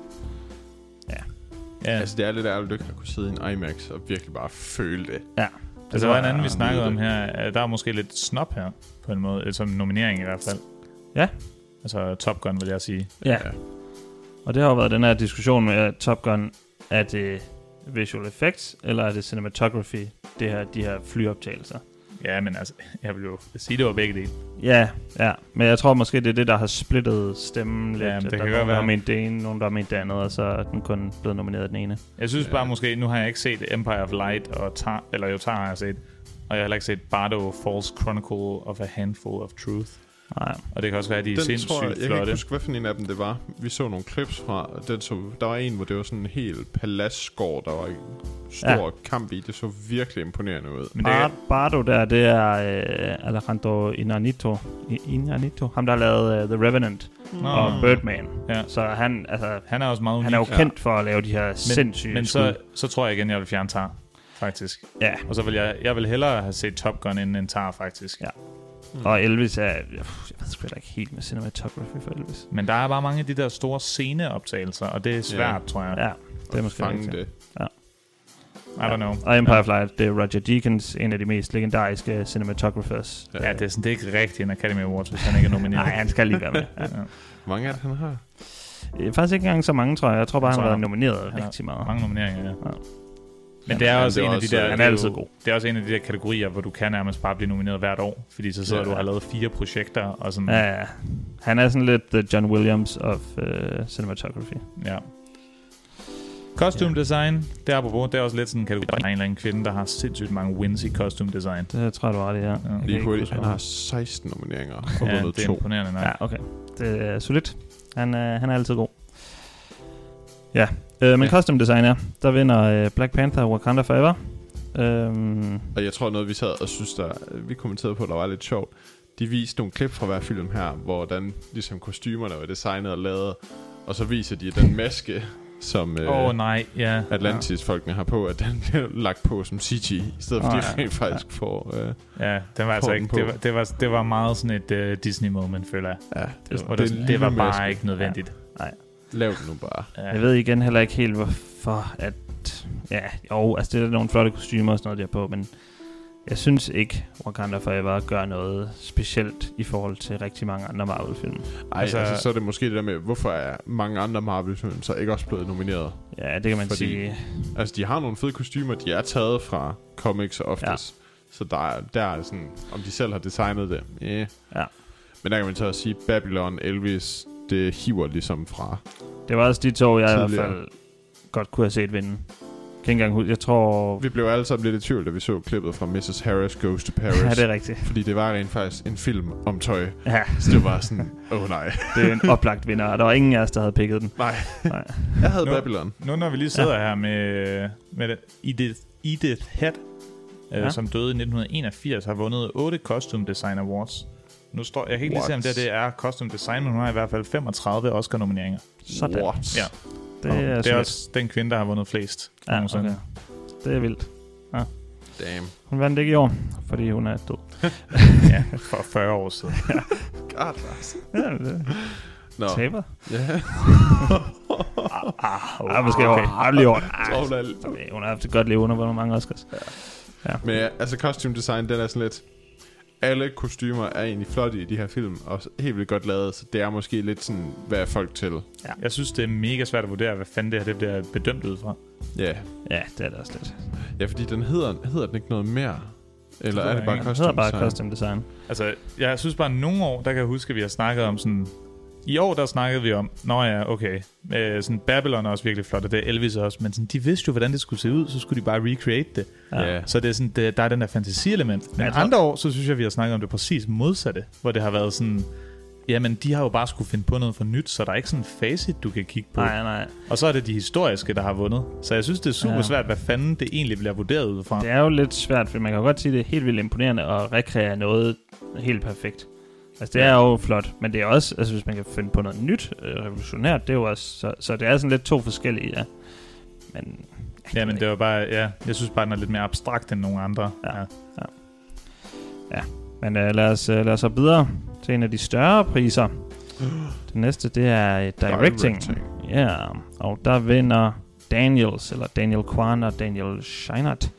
Ja. Altså det er lidt ærligt, at du kunne sidde i en IMAX og virkelig bare føle det. Ja. Altså der var en anden, vi snakkede om her. Der er måske lidt snop her, på en måde. Som nominering i hvert fald. Ja. Altså Top Gun, vil jeg sige. Ja. Og det har jo været den her diskussion med Top Gun. Er det visual effects, eller er det cinematography, de her flyoptagelser? Ja, men altså, jeg vil jo sige, det var begge dele. Ja, men jeg tror måske, det er det, der har splittet stemmen lidt. Ja, det kan godt være. Der har ment det ene, nogen der har ment det andet, og så er den kun blevet nomineret den ene. Jeg synes bare måske, nu har jeg ikke set Empire of Light, og Tar har jeg set, og jeg har heller ikke set Bardo False Chronicle of a Handful of Truth. Nej. Og det kan også være, at de er sindssygt flotte. Jeg kan ikke huske, hvad for en af dem det var. Vi så nogle clips fra. Der var en, hvor det var sådan en helt paladsgård, der var en stor kamp i. Det så virkelig imponerende ud. Men Bardo der, det er Alejandro Inarritu. Ham, der har lavet The Revenant og Birdman. Ja. Så han er også meget unik. Han er jo kendt for at lave de her sindssyge Men så tror jeg igen, jeg vil fjerne Tar, faktisk. Ja. Og så vil jeg vil hellere have set Top Gun end en Tar, faktisk. Ja. Og Elvis er... Jeg ved sgu ikke helt med cinematography for Elvis. Men der er bare mange af de der store sceneoptagelser, og det er svært, tror jeg. Ja, det er måske fange det. Ja. I don't know. Og Empire of Light, det er Roger Deakins, en af de mest legendariske cinematographers. Ja, det er ikke rigtig en Academy Awards, hvis han ikke er nomineret. Nej, han skal lige være med. Ja. Mange af det, han har? Faktisk ikke engang så mange, tror jeg. Jeg tror bare, han har været nomineret rigtig meget. Mange nomineringer, ja. Men det er også en af de der... Han er altid god. Det er også en af de der kategorier, hvor du kan nærmest bare blive nomineret hvert år. Fordi så sidder du og har lavet 4 projekter og sådan... Ja. Han er sådan lidt the John Williams of cinematography. Ja. Costume design, det er apropos, det er også lidt sådan en kategori, der er en eller anden kvinde, der har sindssygt mange wins i costume design. Det tror jeg, du har det, ja. Lige hurtigt, han har 16 nomineringer og vundet 2. Det er imponerende nok. Ja, okay. Det er solidt. Han er altid god. Ja. Men costume designer, der vinder Black Panther Wakanda Forever. Og jeg tror noget vi sad og synes vi kommenterede på, der var lidt sjovt. De viste nogle klip fra hver film her, hvordan ligesom kostymerne var designet og lavet, og så viser de den maske, som Atlantis-folkene har på, at den bliver lagt på som CG, i stedet for de rent faktisk får den var altså ikke, det var meget sådan et Disney moment, føler jeg. Ja, det var bare ikke nødvendigt. Nej. Lav det nu bare. Ja. Jeg ved igen heller ikke helt, hvorfor at... Ja, jo, altså det er nogle flotte kostymer og sådan noget der på, men jeg synes ikke, Wakanda Forever gør noget specielt i forhold til rigtig mange andre Marvel-film. Altså så er det måske det der med, hvorfor er mange andre Marvel-film så ikke også blevet nomineret? Ja, det kan man sige. Altså, de har nogle fede kostymer, de er taget fra comics oftest. Ja. Så der er sådan, om de selv har designet det. Yeah. Ja. Men der kan man så også sige, Babylon, Elvis, det hiver ligesom fra. Det var også de to, jeg tidligere. I hvert fald godt kunne have set vinde. Jeg tror... Vi blev alle sammen lidt i tvivl, da vi så klippet fra Mrs. Harris Goes to Paris. Ja, det er rigtigt. Fordi det var rent faktisk en film om tøj. Ja. Så det var sådan, nej. Det er en oplagt vinder, og der var ingen af os, der havde picket den. Nej. Jeg havde Babylon. Nu når vi lige sidder her med Edith Head, som døde i 1981, har vundet 8 Costume Design Awards. Nu står jeg helt lige se, om det er Costume Design, men hun har i hvert fald 35 Oscar-nomineringer. Sådan. What? Ja. Det er også den kvinde, der har vundet flest. Ja, okay. Det er vildt. Ja. Damn. Hun vandt ikke i år, fordi hun er død. Ja, for 40 år siden. God, ja, det taber. Ja. Måske okay. Aldrig år. Hun har haft et godt liv under mange Oscars. Ja. Men altså costume design, den er sådan lidt... Alle kostymer er egentlig flotte i de her film, og helt vildt godt lavet, så det er måske lidt sådan, hvad er folk til? Ja. Jeg synes, det er mega svært at vurdere, hvad fanden det her det bliver bedømt ud fra. Ja. Ja, det er det også lidt. Ja, fordi den hedder den ikke noget mere? Eller er det bare costume design? Det hedder bare costume design. Altså, jeg synes bare, nogle år, der kan jeg huske, at vi har snakket om sådan... I år, der snakkede vi om, sådan Babylon er også virkelig flot, og det er Elvis også, men sådan, de vidste jo, hvordan det skulle se ud, så skulle de bare recreate det. Ja. Så det er sådan, der er den der fantasielement. Men andre år, så synes jeg, vi har snakket om det præcis modsatte, hvor det har været sådan, jamen, de har jo bare skulle finde på noget for nyt, så der er ikke sådan en facit, du kan kigge på. Nej. Og så er det de historiske, der har vundet. Så jeg synes, det er super svært, hvad fanden det egentlig bliver vurderet ud fra. Det er jo lidt svært, for man kan jo godt sige, det er helt vildt imponerende at rekreere noget helt perfekt. Altså, det er jo flot, men det er også, altså hvis man kan finde på noget nyt, revolutionært, det er jo også, så det er sådan lidt to forskellige, ja. Men... Ja, men det var bare, jeg synes bare, den er lidt mere abstrakt end nogle andre. Ja. Men lad os hoppe videre til en af de større priser. Den næste, det er Directing. Ja, og der vinder Daniel Kwan og Daniel Scheinert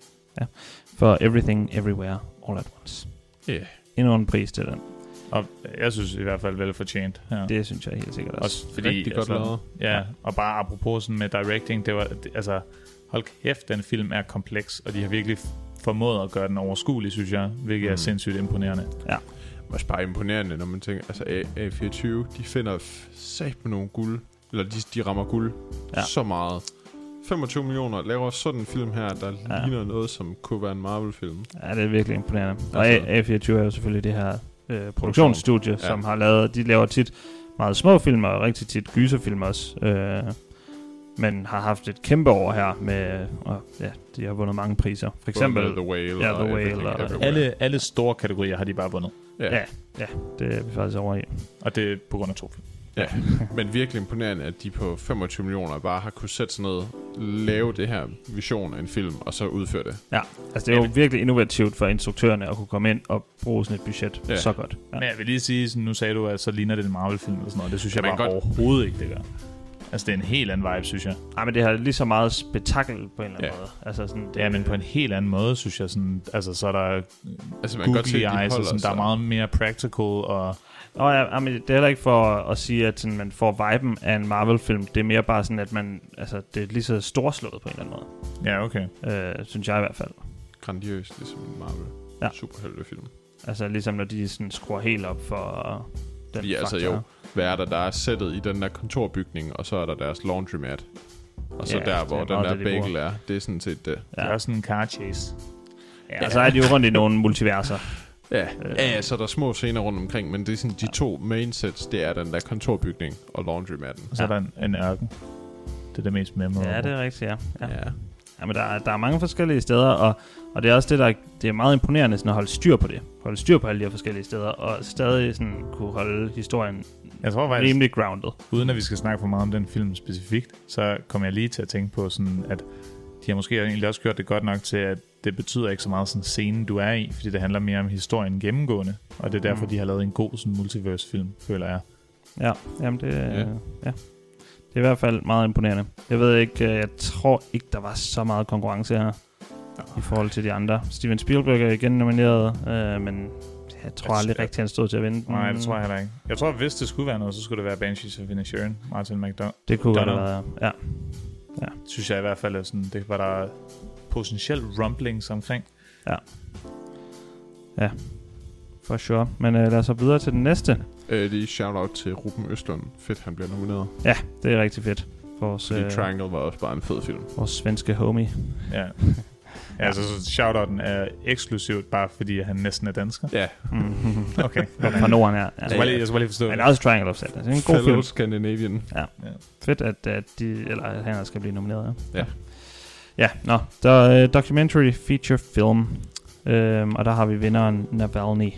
for Everything Everywhere All at Once. Endnu en pris til den. Og jeg synes i hvert fald velfortjent. Ja. Det synes jeg helt sikkert også. Fordi, rigtig godt lavet. Ja, og bare apropos sådan med directing, det var, altså, hold kæft, den film er kompleks, og de har virkelig formået at gøre den overskuelig, synes jeg, hvilket er sindssygt imponerende. Ja. Det er også bare imponerende, når man tænker, altså A24, de finder sagt med nogle guld, eller de rammer guld så meget. 25 millioner laver sådan en film her, der ligner noget, som kunne være en Marvel-film. Ja, det er virkelig imponerende. Og A24 er jo selvfølgelig det her produktionsstudie, som har lavet, de laver tit meget små film, og rigtig tit gyserfilm også. Men har haft et kæmpe år her med, og de har vundet mange priser. For eksempel The Whale, The Whale og alle store kategorier har de bare vundet. Ja, det er vi faktisk over i. Og det er på grund af 2 film. Ja, men virkelig imponerende, at de på 25 millioner bare har kunne sætte sådan noget, lave det her vision af en film, og så udføre det. Ja, altså det er jo virkelig innovativt for instruktørerne at kunne komme ind og bruge sådan et budget så godt. Ja. Men jeg vil lige sige, sådan, nu sagde du, at så ligner det en Marvel-film eller sådan noget. Det synes jeg bare overhovedet ikke, det gør. Altså det er en helt anden vibe, synes jeg. Nej, men det har lige så meget spektakel på en eller anden måde. Altså sådan, det men på en helt anden måde, synes jeg sådan, altså så er der googly eyes, og sådan, der er meget mere practical og... men det er heller ikke for at sige, at sådan, man får viben af en Marvel-film. Det er mere bare sådan, at man, altså, det er lige så storslået på en eller anden måde. Ja, okay. Synes jeg i hvert fald. Grandiøst, ligesom en Marvel. Superheltefilm. Altså ligesom når de sådan skruer helt op for den faktor. Altså jo, hvad er der er sættet i den der kontorbygning, og så er der deres laundromat. Og så der, hvor den der bagel er, det er sådan set det. Det er også sådan en car chase. Ja, og så er de jo rundt i nogle multiverser. Ja, så der er små scener rundt omkring, men det er sådan, de 2 main sets, det er den der kontorbygning og laundromaten. Og så er der en ørken. Det er det mest memorable. Ja, det er rigtigt, ja, men der er mange forskellige steder, og det er også det er meget imponerende sådan at holde styr på det. Holde styr på alle de her forskellige steder, og stadig sådan kunne holde historien rimelig grounded. Uden at vi skal snakke for meget om den film specifikt, så kommer jeg lige til at tænke på sådan, at de har måske egentlig også gjort det godt nok til, at det betyder ikke så meget sådan scenen, du er i, fordi det handler mere om historien gennemgående, og det er derfor, de har lavet en god sådan multiverse-film, føler jeg. Ja, jamen det... Ja. Det er i hvert fald meget imponerende. Jeg ved ikke, jeg tror ikke, der var så meget konkurrence her i forhold til de andre. Steven Spielberg er igen nomineret, men jeg tror aldrig rigtig, han stod til at vinde. Nej, det tror jeg heller ikke. Jeg tror, hvis det skulle være noget, så skulle det være Banshees of Inisherin, Martin McDonagh. Det kunne godt have været, ja. Synes jeg i hvert fald, at sådan, det var der potentielt rumblings omkring. Ja, for sure. Men lad os så videre til den næste. Det er shout-out til Ruben Østlund. Fedt, han bliver nomineret. Ja, det er rigtig fedt. Fordi Triangle var også bare en fed film. Vores svenske homie. Ja. Altså, så shout-outen er eksklusivt, bare fordi han næsten er dansker. Ja. Okay. Fra Norden, ja. Jeg skal bare lige forstå det. Men også Triangle of Sadness. Det er en god film. Fellow Scandinavian. Ja. Fedt, at han skal blive nomineret. Ja. Ja, der er documentary feature film. Og der har vi vinderen Navalny.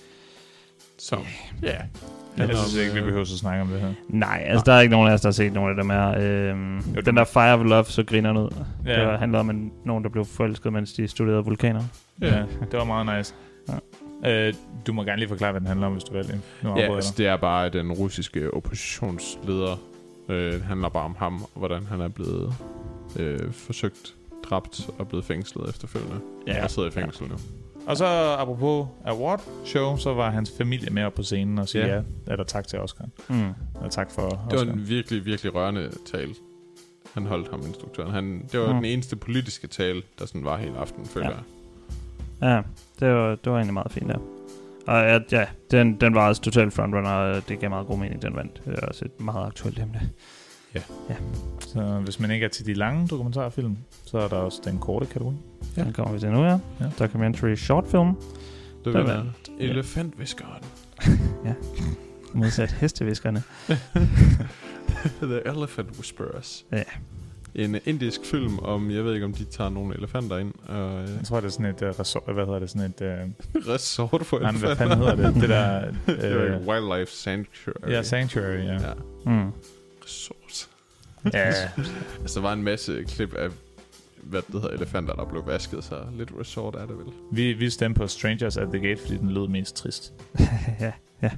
Så, ja. Jeg synes ikke, vi behøver at snakke om det her. Nej, altså der er ikke nogen af os, der har set nogen af dem her. Den der Fire of Love så griner ud. Ja. Det handler om nogen, der blev forelsket, mens de studerede vulkaner. Ja, det var meget nice. Ja. Du må gerne lige forklare, hvad den handler om, hvis du vil. Ja, altså, det er bare den russiske oppositionsleder. Det handler bare om ham, og hvordan han er blevet forsøgt dræbt og blevet fængslet efterfølgende. Ja. Og sidder i fængsel nu. Og så apropos award show, så var hans familie med op på scenen og sige eller tak til Oscar. Og tak for Oscar. Det var en virkelig, virkelig rørende tale. Han holdt ham, instruktøren. Det var den eneste politiske tale, der sådan var hele aftenen, føler jeg. Ja, det var egentlig meget fint der. Og den var også totalt frontrunner, og det gav meget god mening, den vandt. Det er også et meget aktuelt emne. Ja. Så hvis man ikke er til de lange dokumentarfilm, så er der også den korte kategori. Ja. Den kommer vi til nu, ja. Documentary short film. Det vil være elefantviskeren. Ja. Modsat hesteviskerne. The Elephant Whisperers. Ja. En indisk film om, jeg ved ikke om de tager nogle elefanter ind. Jeg tror det er sådan et resort, hvad hedder det, sådan et resort for elefanter. Hvad fanden hedder det? Det der det er Wildlife Sanctuary. Ja, Sanctuary, ja. Resort. Ja. Altså der var en masse klip af hvad det hedder, elefanter, der blev vasket, så lidt resort er det vel. Vi stemte på Strangers at the Gate, fordi den lød mest trist. ja.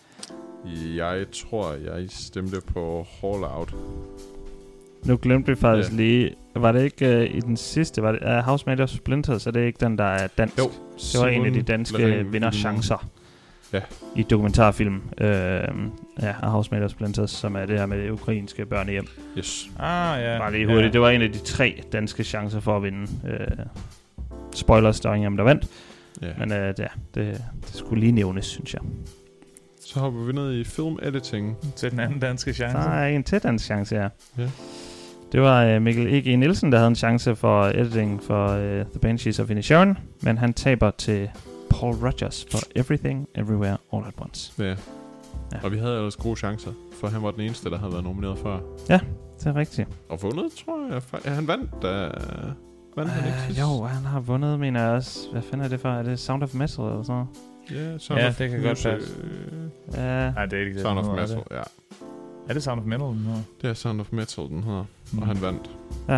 Jeg tror, jeg stemte på All Out. Nu glemte vi faktisk lige, var det ikke i den sidste, var det Housemate of Splinters, er det ikke den, der er dansk? Jo. Det var en af de danske vinderchancer i dokumentarfilm af Housemate of Splinters, som er det her med ukrainske børnehjem. Yes. Bare lige hurtigt, det var en af de 3 danske chancer for at vinde. Spoilers, der var ingen, der vandt. Men det skulle lige nævnes, synes jeg. Så har vi vundet i film editing. Til den anden danske chance. Der er en til dansk chance, ja. Det var Mikkel E.G. Nielsen, der havde en chance for editing for The Banshees of Inisherin, men han taber til Paul Rogers for Everything, Everywhere, All at Once. Ja. Og vi havde ellers gode chancer, for han var den eneste, der havde været nomineret før. Ja, det er rigtigt. Og vundet, tror jeg. Ja, han vandt, vandt han ikke? Jo, han har vundet, mener jeg også. Hvad fanden er det for? Er det Sound of Metal eller sådan noget? Ja, det kan godt passe. Nej, det er ikke det. Sound of Metal, ja. Er det Sound of Metal, den hedder? Det er Sound of Metal, den hedder. Og han vandt. Ja.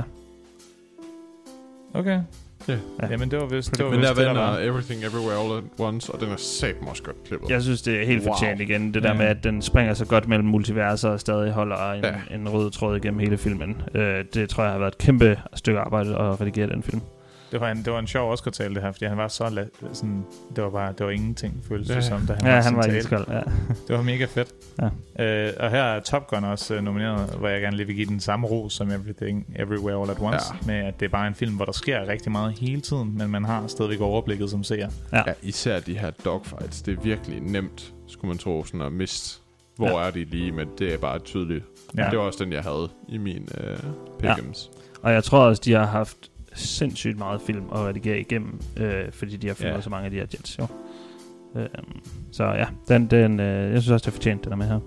Okay. Ja. Jamen, det var vist... Men der vinder Everything Everywhere All at Once, og den er satme også godt klippet. Jeg synes, det er helt fortjent igen. Det der med, at den springer så godt mellem multiverser og stadig holder en rød tråd igennem hele filmen. Det tror jeg har været et kæmpe stykke arbejde at redigere den film. Det var en sjov Oscar-tale, det her, fordi han var så sådan, det var ingenting, føles det som, da han var iskold, Det var mega fedt. Ja. Og her er Top Gun også nomineret, hvor jeg gerne lige vil give den samme ros som Everything, Everywhere, All at Once, med at det er bare en film, hvor der sker rigtig meget hele tiden, men man har stadigvæk overblikket som seer. Ja, især de her dogfights, det er virkelig nemt, skulle man tro, sådan at miste, hvor er de lige, men det er bare tydeligt. Ja. Det var også den, jeg havde i min Pick'ems. Og jeg tror også, de har haft sindssygt meget film at redigere igennem, fordi de har fundet så mange af de her jets. Jo. Så ja, jeg synes også, det er fortjent, den er med her.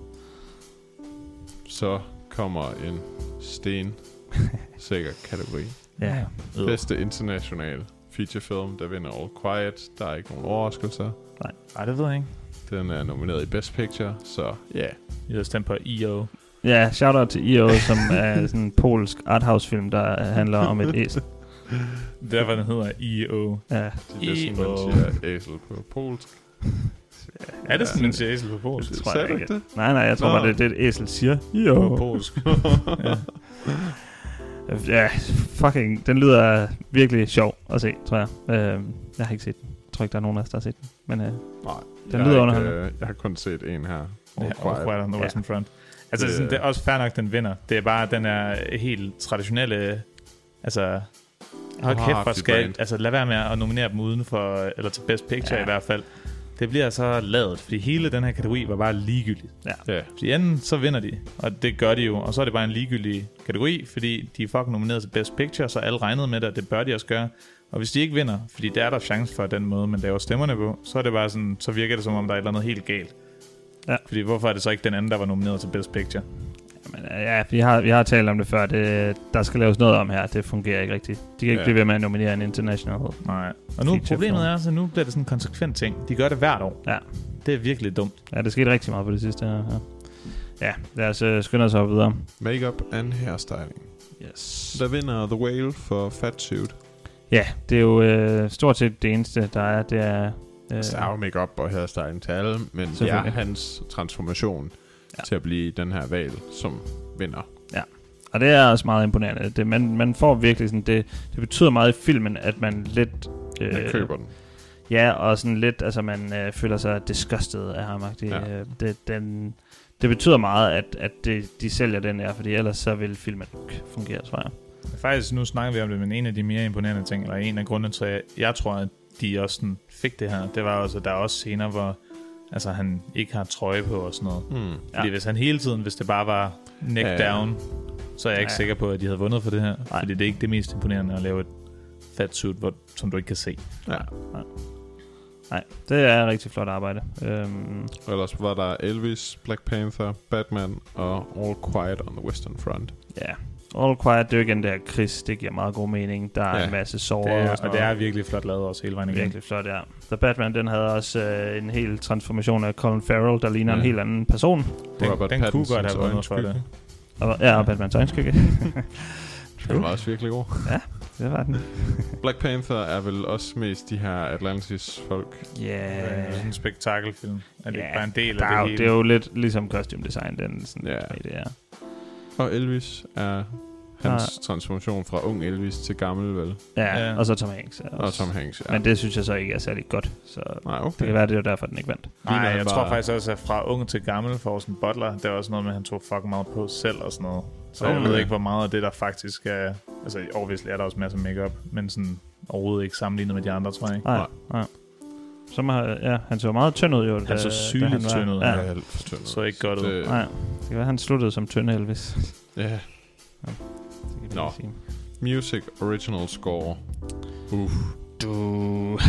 Så kommer en sikker kategori. Ja. Bedste international featurefilm, der vinder All Quiet. Der er ikke nogen overraskelser. Nej, det ved jeg ikke. Den er nomineret i Best Picture, så ja. Jeg har stemt på E.O. Ja, shout-out til E.O., som er sådan en polsk arthouse-film, der handler om et æsel. Derfor den hedder E.O. Ja. Det er sådan, man siger æsel på polsk. Er det sådan, man siger æsel på polsk? Det tror jeg ikke. Det? Nej, jeg tror bare, det er det, æsel siger. Jo. På polsk. Ja, fucking, den lyder virkelig sjov at se, tror jeg. Jeg har ikke set den. Jeg tror ikke, der er nogen af os, der har set den. Men Nej, den lyder underholdende. Jeg har kun set en her. All Quiet on the Western Front. Altså, det er også fair nok, den vinder. Det er bare, den er helt traditionelle... Altså... Hold kæft for skal... Altså, lad være med at nominere dem uden for... Eller til Best Picture i hvert fald. Det bliver så ladet, fordi hele den her kategori var bare ligegyldig. Ja. Fordi enten så vinder de, og det gør de jo, og så er det bare en ligegyldig kategori, fordi de er fucking nomineret til Best Picture, så alle regnede med det, og det bør de også gøre. Og hvis de ikke vinder, fordi der er der chance for den måde, man laver stemmerne på, så er det bare sådan, så virker det som om, der er et eller andet helt galt. Ja. Fordi hvorfor er det så ikke den anden, der var nomineret til Best Picture? Jamen, ja, vi har talt om det før. Der skal laves noget om her. Det fungerer ikke rigtigt. De kan ikke blive ved med at nominere en international. Nej. Og nu problemet er, så nu bliver det sådan en konsekvent ting. De gør det hvert år. Ja. Det er virkelig dumt. Ja, det skete rigtig meget på det sidste her. Ja, lad os skynde os op videre. Makeup and hairstyling. Yes. Der vinder The Whale for Fatsuit. Ja, det er jo stort set det eneste, der er. Det er... Der er jo makeup og hairstyling til alle, men det er hans transformation til at blive den her hval, som vinder. Ja, og det er også meget imponerende. Man får virkelig sådan... Det betyder meget i filmen, at man lidt... man køber den. Ja, og sådan lidt... Altså, man føler sig disgusted af ham. Det betyder meget, at de sælger den her, fordi ellers så vil filmen fungere, tror jeg. Faktisk, nu snakker vi om det, men en af de mere imponerende ting, eller en af grundene til, at jeg tror, at de også sådan fik det her, det var også, at der er også scener, hvor altså, han ikke har trøje på og sådan noget. Fordi hvis han hele tiden, hvis det bare var neck down, så er jeg ikke sikker på, at de havde vundet for det her. Nej. Fordi det er ikke det mest imponerende at lave et fatsuit, som du ikke kan se. Nej, det er rigtig flot arbejde. Ellers var der Elvis, Black Panther, Batman og All Quiet on the Western Front. Ja, All Quiet, det er jo igen der Chris, det giver meget god mening. Der er en masse sorger. Og det er virkelig flot lavet også hele vejen igen. Virkelig flot, ja. The Batman, den havde også en hel transformation af Colin Farrell, der ligner en helt anden person. Den kunne godt have vundet for det. Ja, og Batmans øjenskygge. Den var også virkelig god. Ja, det var den. Black Panther er vel også mest de her Atlantis-folk. Ja. Det er sådan en spektakelfilm. Er det bare en del af det hele? Det er jo lidt ligesom costume design, den sådan det er. Og Elvis er hans transformation fra ung Elvis til gammel, vel? Ja, og så Tom Hanks. Og Tom Hanks, ja. Men det synes jeg så ikke er særlig godt. Så det kan være, det er derfor, den ikke vandt. Nej, jeg tror faktisk også, at fra ung til gammel for Austin Butler, det er også noget med, at han tog fucking meget på selv og sådan noget. Så jeg ved ikke, hvor meget af det, der faktisk er... Altså, obviously er der også masser af makeup, men sådan overhovedet ikke sammenlignet med de andre, tror jeg ikke. Nej. Han så meget tynd ud, jo. Han så sygeligt tynd ud. Ja, så ikke godt ud. Nej, det kan være, han sluttede som tynd Elvis. Ja. Nå. Music Original Score. Du.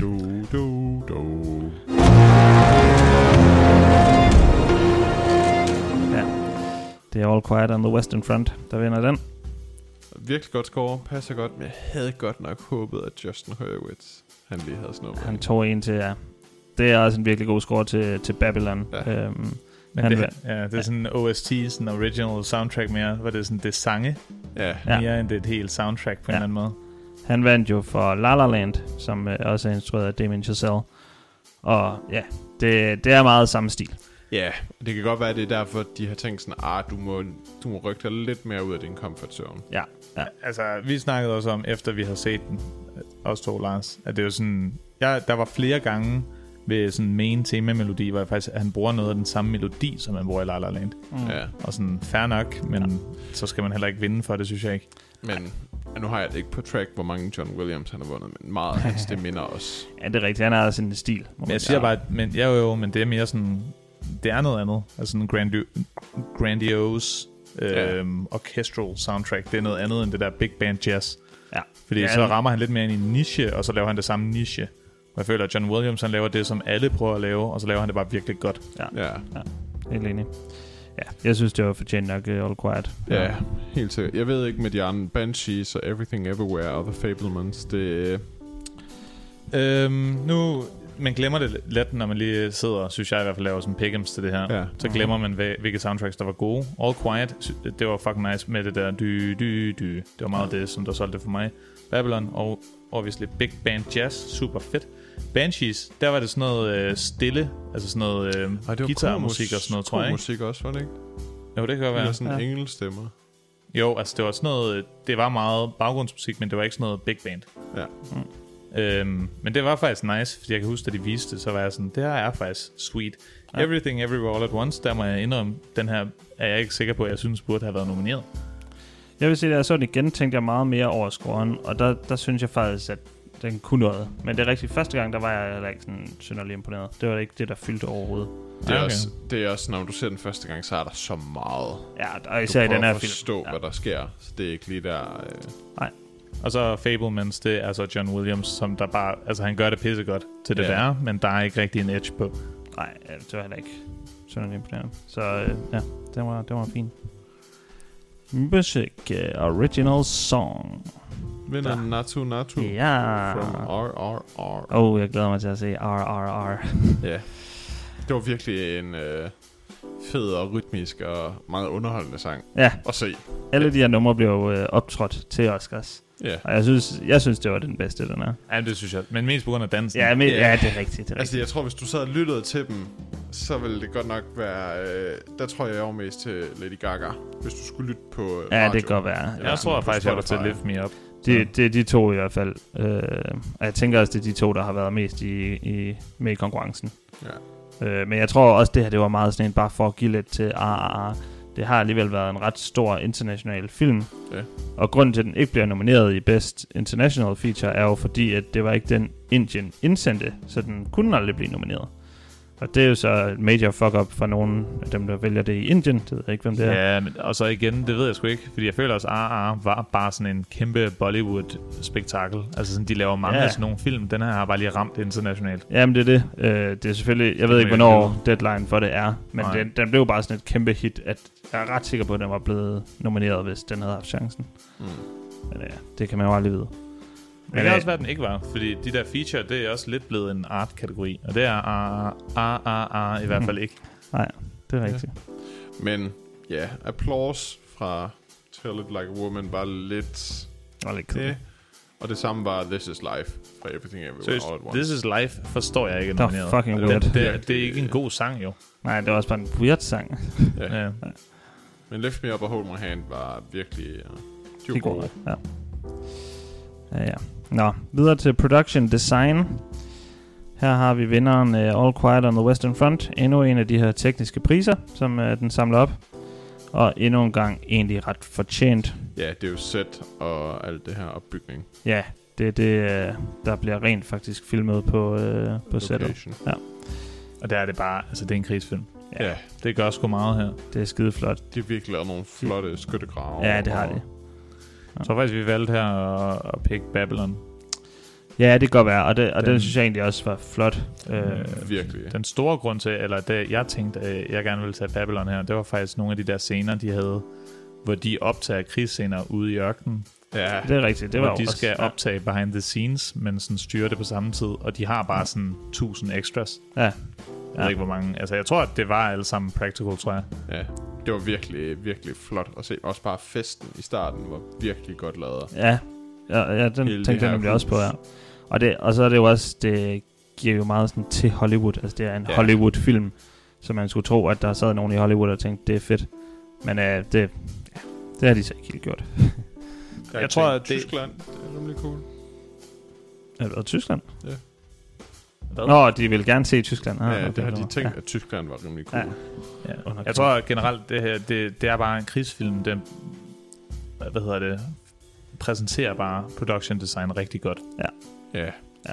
Ja. Det er All Quiet on the Western Front, der vinder den. Virkelig godt score, passer godt, men jeg havde godt nok håbet, at Justin Hurwitz, han lige havde snuppet. Han tog en til, ja. Det er også en virkelig god score til Babylon. Ja. Men det er sådan en OST, sådan original soundtrack mere, hvor det er sådan, det er sange, mere end det er et helt soundtrack på en eller anden måde. Han vandt jo for La La Land, som også er instrueret af Damien Chazelle. Og ja, det er meget samme stil. Ja, det kan godt være, at det er derfor, de har tænkt sådan, du må rykke dig lidt mere ud af din comfort zone. Ja. Altså, vi snakkede også om, efter vi har set den, os to, Lars, at det er jo sådan, der var flere gange ved sådan main tema-melodi, hvor han bruger noget af den samme melodi, som han bruger i La La Land. Ja. Og sådan, fair nok, men så skal man heller ikke vinde for det, synes jeg ikke. Men nu har jeg det ikke på track, hvor mange John Williams han har vundet, men meget af hans, det minder også. Ja, det er rigtigt. Han har sådan en stil. Men jeg siger bare, men det er mere sådan, det er noget andet. Altså sådan grandiose orchestral soundtrack. Det er noget andet end det der big band jazz. Ja. Fordi så rammer han lidt mere ind i en niche, og så laver han det samme niche. Og jeg føler, at John Williams, han laver det, som alle prøver at lave, og så laver han det bare virkelig godt. Ja. Helt enig. Ja, jeg synes, det var fortjent nok All Quiet. Ja, helt sikkert. Jeg ved ikke med de andre Banshees og Everything Everywhere og The Fabelmans, det... Nu... Man glemmer det let, når man lige sidder, synes jeg i hvert fald, laver sådan pick'ems til det her. Ja. Så glemmer man, hvilke soundtracks, der var gode. All Quiet, det var fucking nice med det der dy. Det var meget det, som der solgte for mig. Babylon, og obviously Big Band Jazz, super fedt. Banshees, der var det sådan noget stille, altså sådan noget guitarmusik og sådan noget, tror jeg, ikke? Musik også, var det ikke? Jo, det kan godt være. Det var sådan engelstemmer. Jo, altså det var sådan noget, det var meget baggrundsmusik, men det var ikke sådan noget big band. Ja. Men det var faktisk nice, fordi jeg kan huske, da de viste det, så var jeg sådan, det her er faktisk sweet. Ja. Everything Everywhere All at Once, der må jeg indrømme, den her er jeg ikke sikker på, at jeg synes burde have været nomineret. Jeg vil sige, da jeg så den igen, tænkte jeg meget mere over scoren, og der synes jeg faktisk, at den kunne noget. Men det er rigtigt, første gang, der var jeg heller ikke sådan synderligt imponeret. Det var ikke det, der fyldte overhovedet. Det er også, når du ser den første gang, så er der så meget. Ja, og især i den her film. Du forstå, hvad der sker, så det er ikke lige der... Nej. Og så Fablemans, det er så John Williams, som der bare... Altså, han gør det pissegodt til det værre, men der er ikke rigtig en edge på. Nej, det var heller ikke synderligt imponerende. Så ja, det var fint. Music, original song. Vinder Naatu Naatu. Ja. From RRR. Jeg glæder mig til at se RRR. Ja. Det var virkelig en fed og rytmisk og meget underholdende sang at se. Alle de her numre blev optrådt til Oscars. Ja. Og jeg synes, det var den bedste, den her. Ja, det synes jeg. Men mest på grund af dansen. Ja, det er rigtigt. Altså, jeg tror, hvis du sad og lyttede til dem, så ville det godt nok være... der tror jeg var mest til Lady Gaga, hvis du skulle lytte på radio. Ja, det kan godt være. Jeg tror faktisk, jeg var til Lift Me Up. Det er de to i hvert fald. Og jeg tænker også, det er de to, der har været mest med i konkurrencen. Ja. Men jeg tror også, det her det var meget sådan en, bare for at give lidt til RRR. Det har alligevel været en ret stor international film. Ja. Og grunden til, at den ikke bliver nomineret i Best International Feature, er jo fordi, at det var ikke den Indien indsendte, så den kunne aldrig blive nomineret. Og det er jo så et major fuck-up for nogen af dem, der vælger det i Indien. Det ved jeg ikke, hvem det er. Ja, men, og så igen, det ved jeg sgu ikke. Fordi jeg føler også, at RRR var bare sådan en kæmpe Bollywood-spektakel. Altså sådan, de laver mange af sådan nogle film. Den her har bare lige ramt internationalt. Jamen det er det. Det er selvfølgelig, jeg ved ikke, hvornår deadline for det er. Men den blev bare sådan et kæmpe hit, at jeg er ret sikker på, at den var blevet nomineret, hvis den havde haft chancen. Men ja, det kan man jo aldrig vide. Men det kan også være, at den ikke var, fordi de der feature, det er også lidt blevet en art-kategori, og det er i hvert fald ikke. Nej, det er rigtigt. Men ja, applause fra Tell It Like a Woman var lidt det. Og det samme var This Is Life fra Everything Everywhere All at Once. This Is Life forstår jeg ikke nomineret. Det er fucking weird. Det er ikke en god sang, jo. Nej, det var også bare en weird sang. Ja. Men Lift Me Up og Hold My Hand var virkelig... de var gode. Ja. Nå, videre til Production Design. Her har vi vinderen All Quiet on the Western Front. Endnu en af de her tekniske priser, som den samler op. Og endnu en gang egentlig ret fortjent. Ja, det er jo set og alt det her opbygning. Ja, det er det, der bliver rent faktisk filmet på settet. Ja. Og der er det bare, altså det er en krigsfilm. Ja. Det gør sgu meget her. Det er skide flot. De har virkelig lavet nogle flotte skyttegrave. Ja, det har de. Jeg tror faktisk, vi valgte her at pick Babylon. Ja, det kan godt være, og den synes jeg egentlig også var flot. Virkelig. Den store grund til, eller det jeg tænkte, jeg gerne ville tage Babylon her, det var faktisk nogle af de der scener, de havde, hvor de optager krigsscener ude i ørkenen. Ja, det er rigtigt. Det var de skal optage behind the scenes, men sådan styre det på samme tid, og de har bare sådan 1000 extras. Ja. Jeg ved ikke, hvor mange. Altså, jeg tror, at det var alle sammen practical, tror jeg. Ja, det var virkelig, virkelig flot at se. Også bare festen i starten var virkelig godt lavet. Ja, den tænkte jeg nemlig også på, ja. Og så er det jo også, det giver jo meget sådan til Hollywood. Altså, det er en Hollywood-film, så man skulle tro, at der sad nogen i Hollywood og tænkte, det er fedt. Men det har de så ikke helt gjort. Jeg tror, at Tyskland er rimelig cool. Er det Tyskland? Ja. Nå, de vil gerne se Tyskland. Ja, det har de tænkt, at Tyskland var rimelig cool. Ja. Jeg tror generelt, det her, det er bare en krigsfilm. Den, præsenterer bare production design rigtig godt. Ja.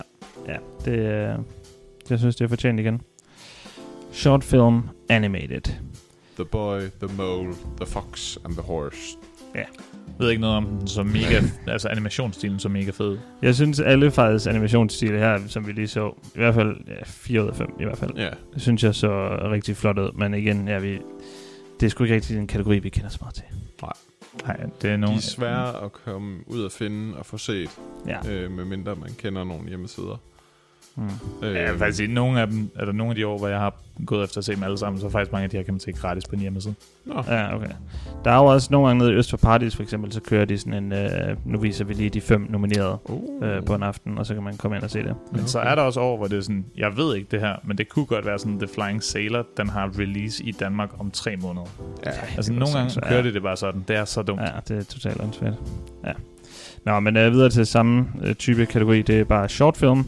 Jeg synes, det er fortjent igen. Short film animated. The Boy, The Mole, The Fox and The Horse. Ja. Jeg ved ikke noget om den som mega, altså animationsstilen som mega fed. Jeg synes alle faktisk animationsstile her, som vi lige så, i hvert fald 4 ud af 5 i hvert fald. Ja. Det synes jeg så rigtig flot ud, men igen, det er sgu ikke rigtig en kategori, vi kender så meget til. Nej, det er nogle... De er svære at komme ud og finde og få set, medmindre man kender nogle hjemmesider. Jeg vil faktisk sige, nogle af dem, eller nogle af de år, hvor jeg har gået efter at se dem alle sammen, så faktisk mange af de her kan man se gratis på en hjemmeside. Ja, okay. Der er jo også nogle gange nede i Øst for Paradis, for eksempel, så kører de sådan en, nu viser vi lige de 5 nominerede på en aften, og så kan man komme ind og se det. Men så er der også år, hvor det er sådan, jeg ved ikke det her, men det kunne godt være sådan, The Flying Sailor, den har release i Danmark om 3 måneder. Ja, altså nogle gange kører det bare sådan, det er så dumt. Ja, det er totalt åndssvagt. Ja. Nå, men videre til samme type kategori, det er bare shortfilm.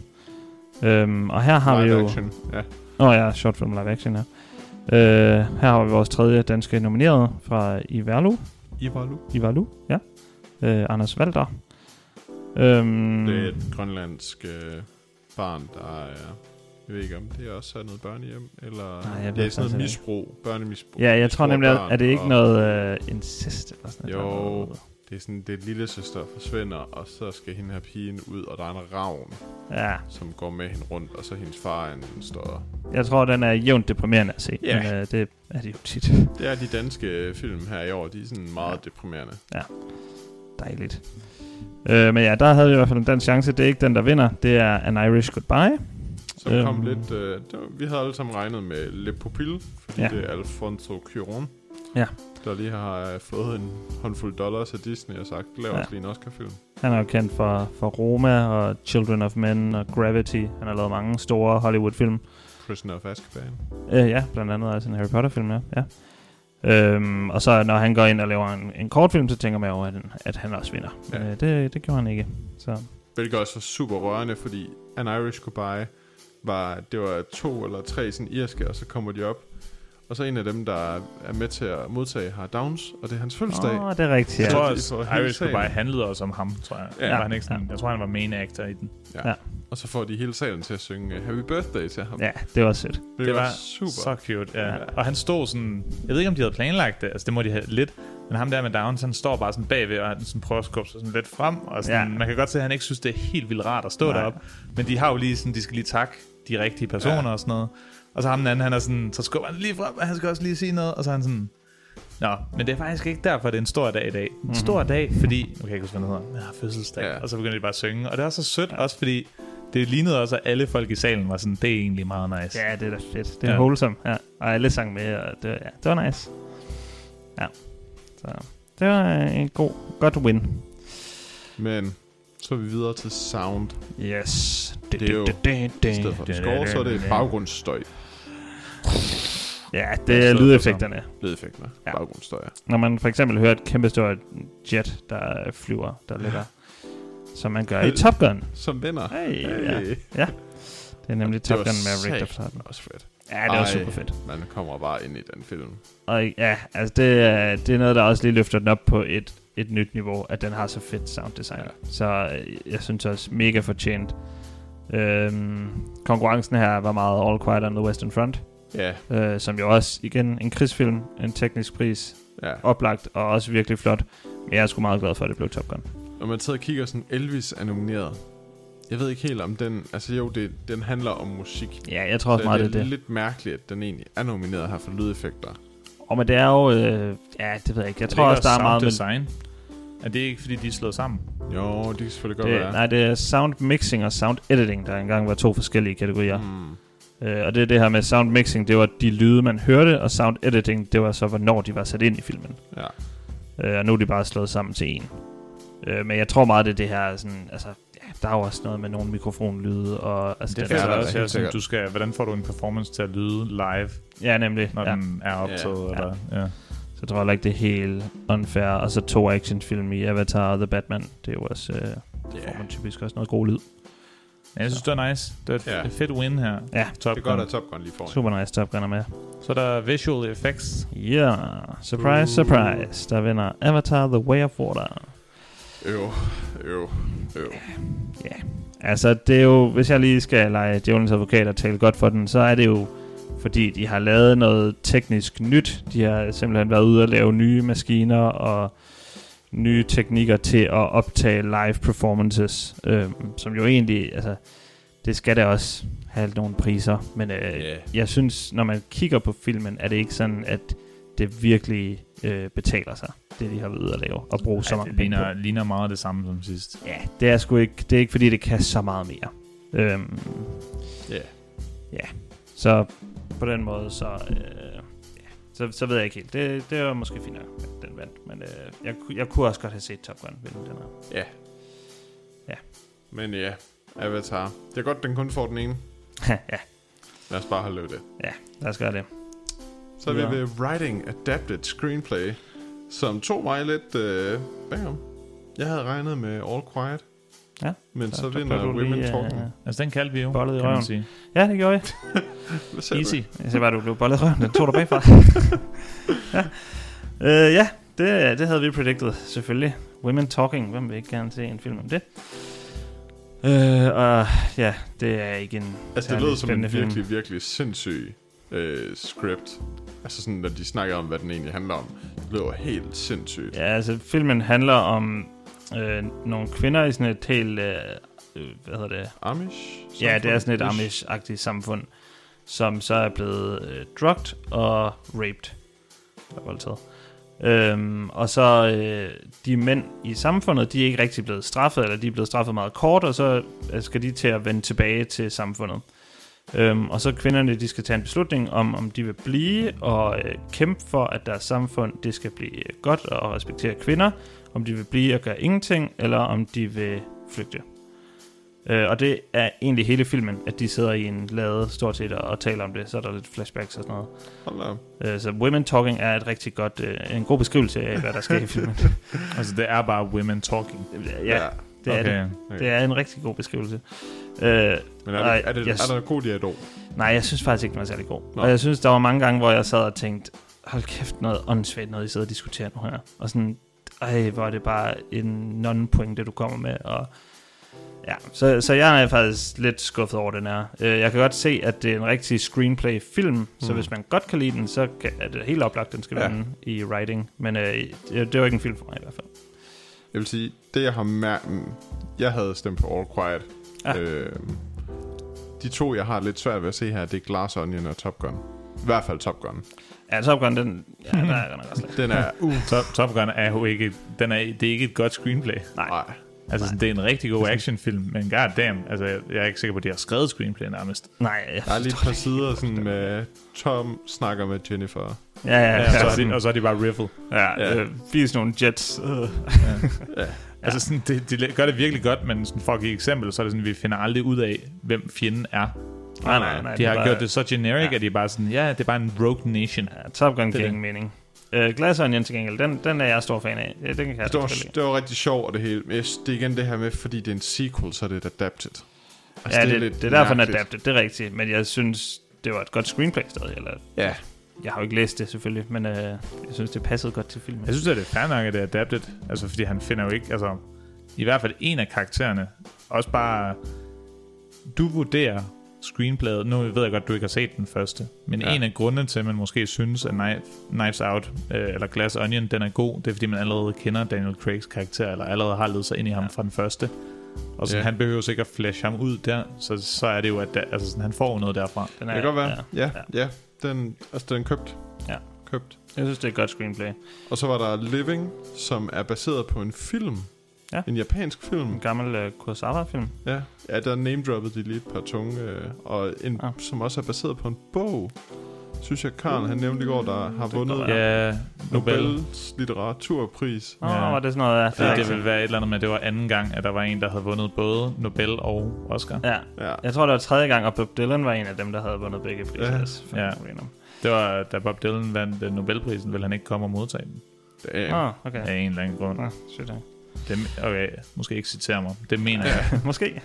Og her har live vi jo... action, ja. Ja, shortfilm live action, ja. Her har vi vores 3. danske nominerede fra Ivalu, ja. Anders Walter. Det er et grønlandsk barn, der er... Jeg ved ikke, om det er også noget børnehjem, eller... Nej, det er sådan noget misbrug, børnemisbrug. Ja, jeg tror nemlig, at det ikke noget incest eller sådan noget. Jo, det er sådan, det lille søster forsvinder, og så skal hende her pigen ud, og der er en ravn, som går med hende rundt, og så hendes far er en større. Jeg tror, den er jævnt deprimerende at se, men det er det jo tit. Det er de danske film her i år, de er sådan meget deprimerende. Ja, dejligt. Men ja, der havde vi i hvert fald en dansk chance. Det er ikke den, der vinder, det er An Irish Goodbye. Som kom lidt... vi havde alle sammen regnet med Le Pupille, fordi det er Alfonso Cuarón, der lige har fået en håndfuld dollars af Disney og sagt, lav os lige en Oscar-film. Han er jo kendt for Roma og Children of Men og Gravity. Han har lavet mange store Hollywood-film. Prisoner of Azkaban. Ja, blandt andet også en Harry Potter-film, ja. Og så når han går ind og laver en kortfilm, så tænker man jo, at han også vinder. Men det gjorde han ikke. Så. Hvilket også var super rørende, fordi An Irish Goodbye det var 2 eller 3 sådan irske, og så kommer de op. Og så en af dem, der er med til at modtage, har Downs, og det er hans fødselsdag. Det er rigtigt, ja. Jeg tror også, Irish Goodbye handlede også om ham, tror jeg. Ja. Var han ikke sådan, jeg tror, han var main actor i den. Ja. Og så får de hele salen til at synge Happy Birthday til ham. Ja, det var sødt. Det var super. Så cute, ja. Og han stod sådan, jeg ved ikke, om de havde planlagt det, altså det må de have lidt, men ham der med Downs, han står bare sådan bagved, og han sådan prøver at skubbe sig sådan lidt frem, og sådan, man kan godt se, at han ikke synes, det er helt vildt rart at stå deroppe, men de har jo lige sådan, de skal lige takke de rigtige personer og sådan noget. Og så ham den anden, han er sådan, så skubber han lige frem, og han skal også lige sige noget, og så er han sådan, nå, men det er faktisk ikke derfor, det er en stor dag i dag. En stor dag, fordi, okay, jeg kan ikke huske, hvad det hedder, jeg har fødselsdag, og så begynder de bare at synge, og det er også så sødt, også fordi, det lignede også, at alle folk i salen var sådan, det er egentlig meget nice. Ja, det er da fedt. Det er wholesome, og alle sang med, og det var nice. Ja, så det var en godt win. Men så er vi videre til sound. Yes. Det er jo, i stedet for score, så er det baggrundsstøj. Ja, det er lydeffekterne. Baggrundsstøj. Når man for eksempel hører et kæmpe stort jet, der flyver, der ligger, som man gør i Top Gun. Som vinder. Hey. Ja. Det er nemlig Top Gun Maverick, der plader den. Også fedt. Ja, det var super fedt. Man kommer bare ind i den film. Og ja, altså det er noget, der også lige løfter den op på et nyt niveau, at den har så fedt sounddesign. Ja. Så jeg synes også mega fortjent. Konkurrencen her var meget All Quiet on the Western Front. Ja. Som jo også, igen, en krigsfilm, en teknisk pris, oplagt og også virkelig flot. Men jeg er sgu meget glad for, at det blev Top Gun. Når man tager og kigger, sådan Elvis er nomineret. Jeg ved ikke helt om den, altså jo, den handler om musik. Ja, jeg tror også meget, det er lidt mærkeligt, at den egentlig er nomineret her for lydeffekter. Men det er jo, det ved jeg ikke. Jeg tror også, der er meget design. Er det ikke, fordi de er slået sammen? Jo, det kan selvfølgelig godt være. Nej, det er sound mixing og sound editing, der engang var 2 forskellige kategorier. Og det er det her med sound mixing, det var de lyde, man hørte, og sound editing, det var så, hvornår de var sat ind i filmen. Ja. Og nu er de bare slået sammen til en. Men jeg tror meget, det her sådan, altså, der er jo også noget med nogle mikrofonlyde. Og, altså, det er også, sådan, hvordan får du en performance til at lyde live? Ja, nemlig. Når den er optaget, eller... Ja. Så tror jeg ikke, det er helt unfair. Og så 2 actionfilm i Avatar og The Batman. Det er jo også, får man typisk også noget god lyd. Ja, jeg synes, det er nice. Det er et fedt win her. Ja. Top det er godt, at Top Gun lige får. Super nice, Top Gun er med. Så der er visual effects. Ja, surprise, surprise. Der vinder Avatar The Way of Water. Ja, altså det er jo, hvis jeg lige skal lege djævelens advokat og tale godt for den, så er det jo fordi de har lavet noget teknisk nyt. De har simpelthen været ude og lave nye maskiner og nye teknikker til at optage live performances, som jo egentlig, altså det skal da også have nogle priser, men jeg synes, når man kigger på filmen, er det ikke sådan, at det virkelig betaler sig, det de har været ude at lave, og bruge så mange penge på. Det ligner meget det samme som sidst. Ja, det er sgu ikke, det er ikke fordi, det kan så meget mere. Ja, så på den måde, så ved jeg ikke helt. Det var måske fint, at den vandt. Men jeg kunne også godt have set Top Gun vinde den her. Ja. Ja. Men ja, Avatar. Det er godt, den kun får den ene. Ja. Lad os bare holde det. Ja, lad os gøre det. Så er vi ved Writing Adapted Screenplay, som tog mig lidt bagom. Jeg havde regnet med All Quiet. Ja. Men så vinder Women Talking. Altså, den kaldte vi jo, bollet i kan røven. man sige. Ja, det gjorde jeg. Easy. Jeg ser bare, du blev bollet i røven. Den tog du bagfra. Ja. Det havde vi predicted, selvfølgelig. Women Talking. Hvem vil ikke gerne se en film om det? Og ja, det er ikke en altså, det lød som en film. virkelig, virkelig sindssyg script. Altså sådan, når de snakker om, hvad den egentlig handler om. Det lyder helt sindssygt. Ja, altså filmen handler om nogle kvinder i sådan et helt, hvad hedder det? Amish? Ja, det er sådan et Amish-agtigt samfund, som så er blevet drugged og raped. Der voldtaget. Og så de mænd i samfundet, de er ikke rigtig blevet straffet, eller de er blevet straffet meget kort, og så skal de til at vende tilbage til samfundet. Og så kvinderne, de skal tage en beslutning om de vil blive og kæmpe for, at deres samfund det skal blive godt og respektere kvinder, om de vil blive og gøre ingenting, eller om de vil flygte. Og det er egentlig hele filmen, at de sidder i en lade stort set og taler om det. Så er der lidt flashbacks og sådan noget. Så Women Talking er et rigtig godt, en god beskrivelse af, hvad der sker i filmen. Altså, det er bare Women Talking. Ja, det er det. Det er en rigtig god beskrivelse. Men er der en god dialog? Nej, jeg synes faktisk ikke, den var særlig god. Og jeg synes, der var mange gange, hvor jeg sad og tænkte, hold kæft, noget åndssvagt, noget I sidder og diskuterer nu her. Og sådan, hvor er det bare en non-pointe, du kommer med. Og ja, så jeg er faktisk lidt skuffet over den her. Jeg kan godt se, at det er en rigtig screenplay-film, så hvis man godt kan lide den, så er det helt oplagt, den skal vinde i writing. Men det var ikke en film for mig i hvert fald. Jeg vil sige, det jeg har jeg havde stemt på All Quiet. Ja. De to, jeg har lidt svært ved at se her, det er Glass Onion og Top Gun. I hvert fald Top Gun. Ja, Top Gun, den er nok også den er Top Gun er jo ikke, det er ikke et godt screenplay. Nej. Altså, det er en rigtig god actionfilm, men goddamn, altså, jeg er ikke sikker på, at de har skrevet screenplay nærmest. Nej. Der er lige et par sider, sådan med Tom snakker med Jennifer. Ja, og så er de bare riffle. Ja. Vis nogle jets. Ja. Altså, sådan, de gør det virkelig godt, men sådan, for at give eksempel, så er det sådan, vi finder aldrig ud af, hvem fjenden er. Nej. De har gjort det så generic, at de er bare sådan, det er bare en rogue nation. Ja, Top Gun giver ingen mening. Glass Onion til gengæld, den er jeg stor fan af. Den kan jeg det var rigtig sjovt, og det hele. Men det er igen det her med, fordi det er en sequel, så er det adapted. Altså, ja, det er derfor, den er adapted, det er rigtigt. Men jeg synes, det var et godt screenplay stadig. Eller, ja. Jeg har jo ikke læst det selvfølgelig, men jeg synes, det passede godt til filmen. Jeg synes, at det er fair nok, at det er adapted. Altså, fordi han finder jo ikke, altså, i hvert fald en af karaktererne, også bare, du vurderer screenplayet. Nu ved jeg godt, du ikke har set den første, men en af grundene til, at man måske synes, at Knives Out eller Glass Onion, den er god, det er, fordi man allerede kender Daniel Craigs karakter, eller allerede har ledet sig ind i ham fra den første. Og så han behøver sikkert flash ham ud der, så er det jo, at sådan, han får noget derfra. Det kan godt være. Ja. Den er købt. Ja. Købt. Jeg synes, det er et godt screenplay. Og så var der Living, som er baseret på en film. Ja. En japansk film. En gammel Kurosawa-film. Ja, der name-droppede de lige et par tunge. Og som også er baseret på en bog. Synes jeg, Karl, han nævnte i går, der har vundet Nobels litteraturpris. Var det sådan noget? Det vil være et eller andet med, det var anden gang, at der var en, der havde vundet både Nobel og Oscar. Ja. Jeg tror, det var tredje gang, og Bob Dylan var en af dem, der havde vundet begge priser. Ja. Det var, da Bob Dylan vandt Nobelprisen, ville han ikke komme og modtage den. Okay. Af en eller anden grund. Okay, måske ikke citere mig. Det mener jeg. Måske.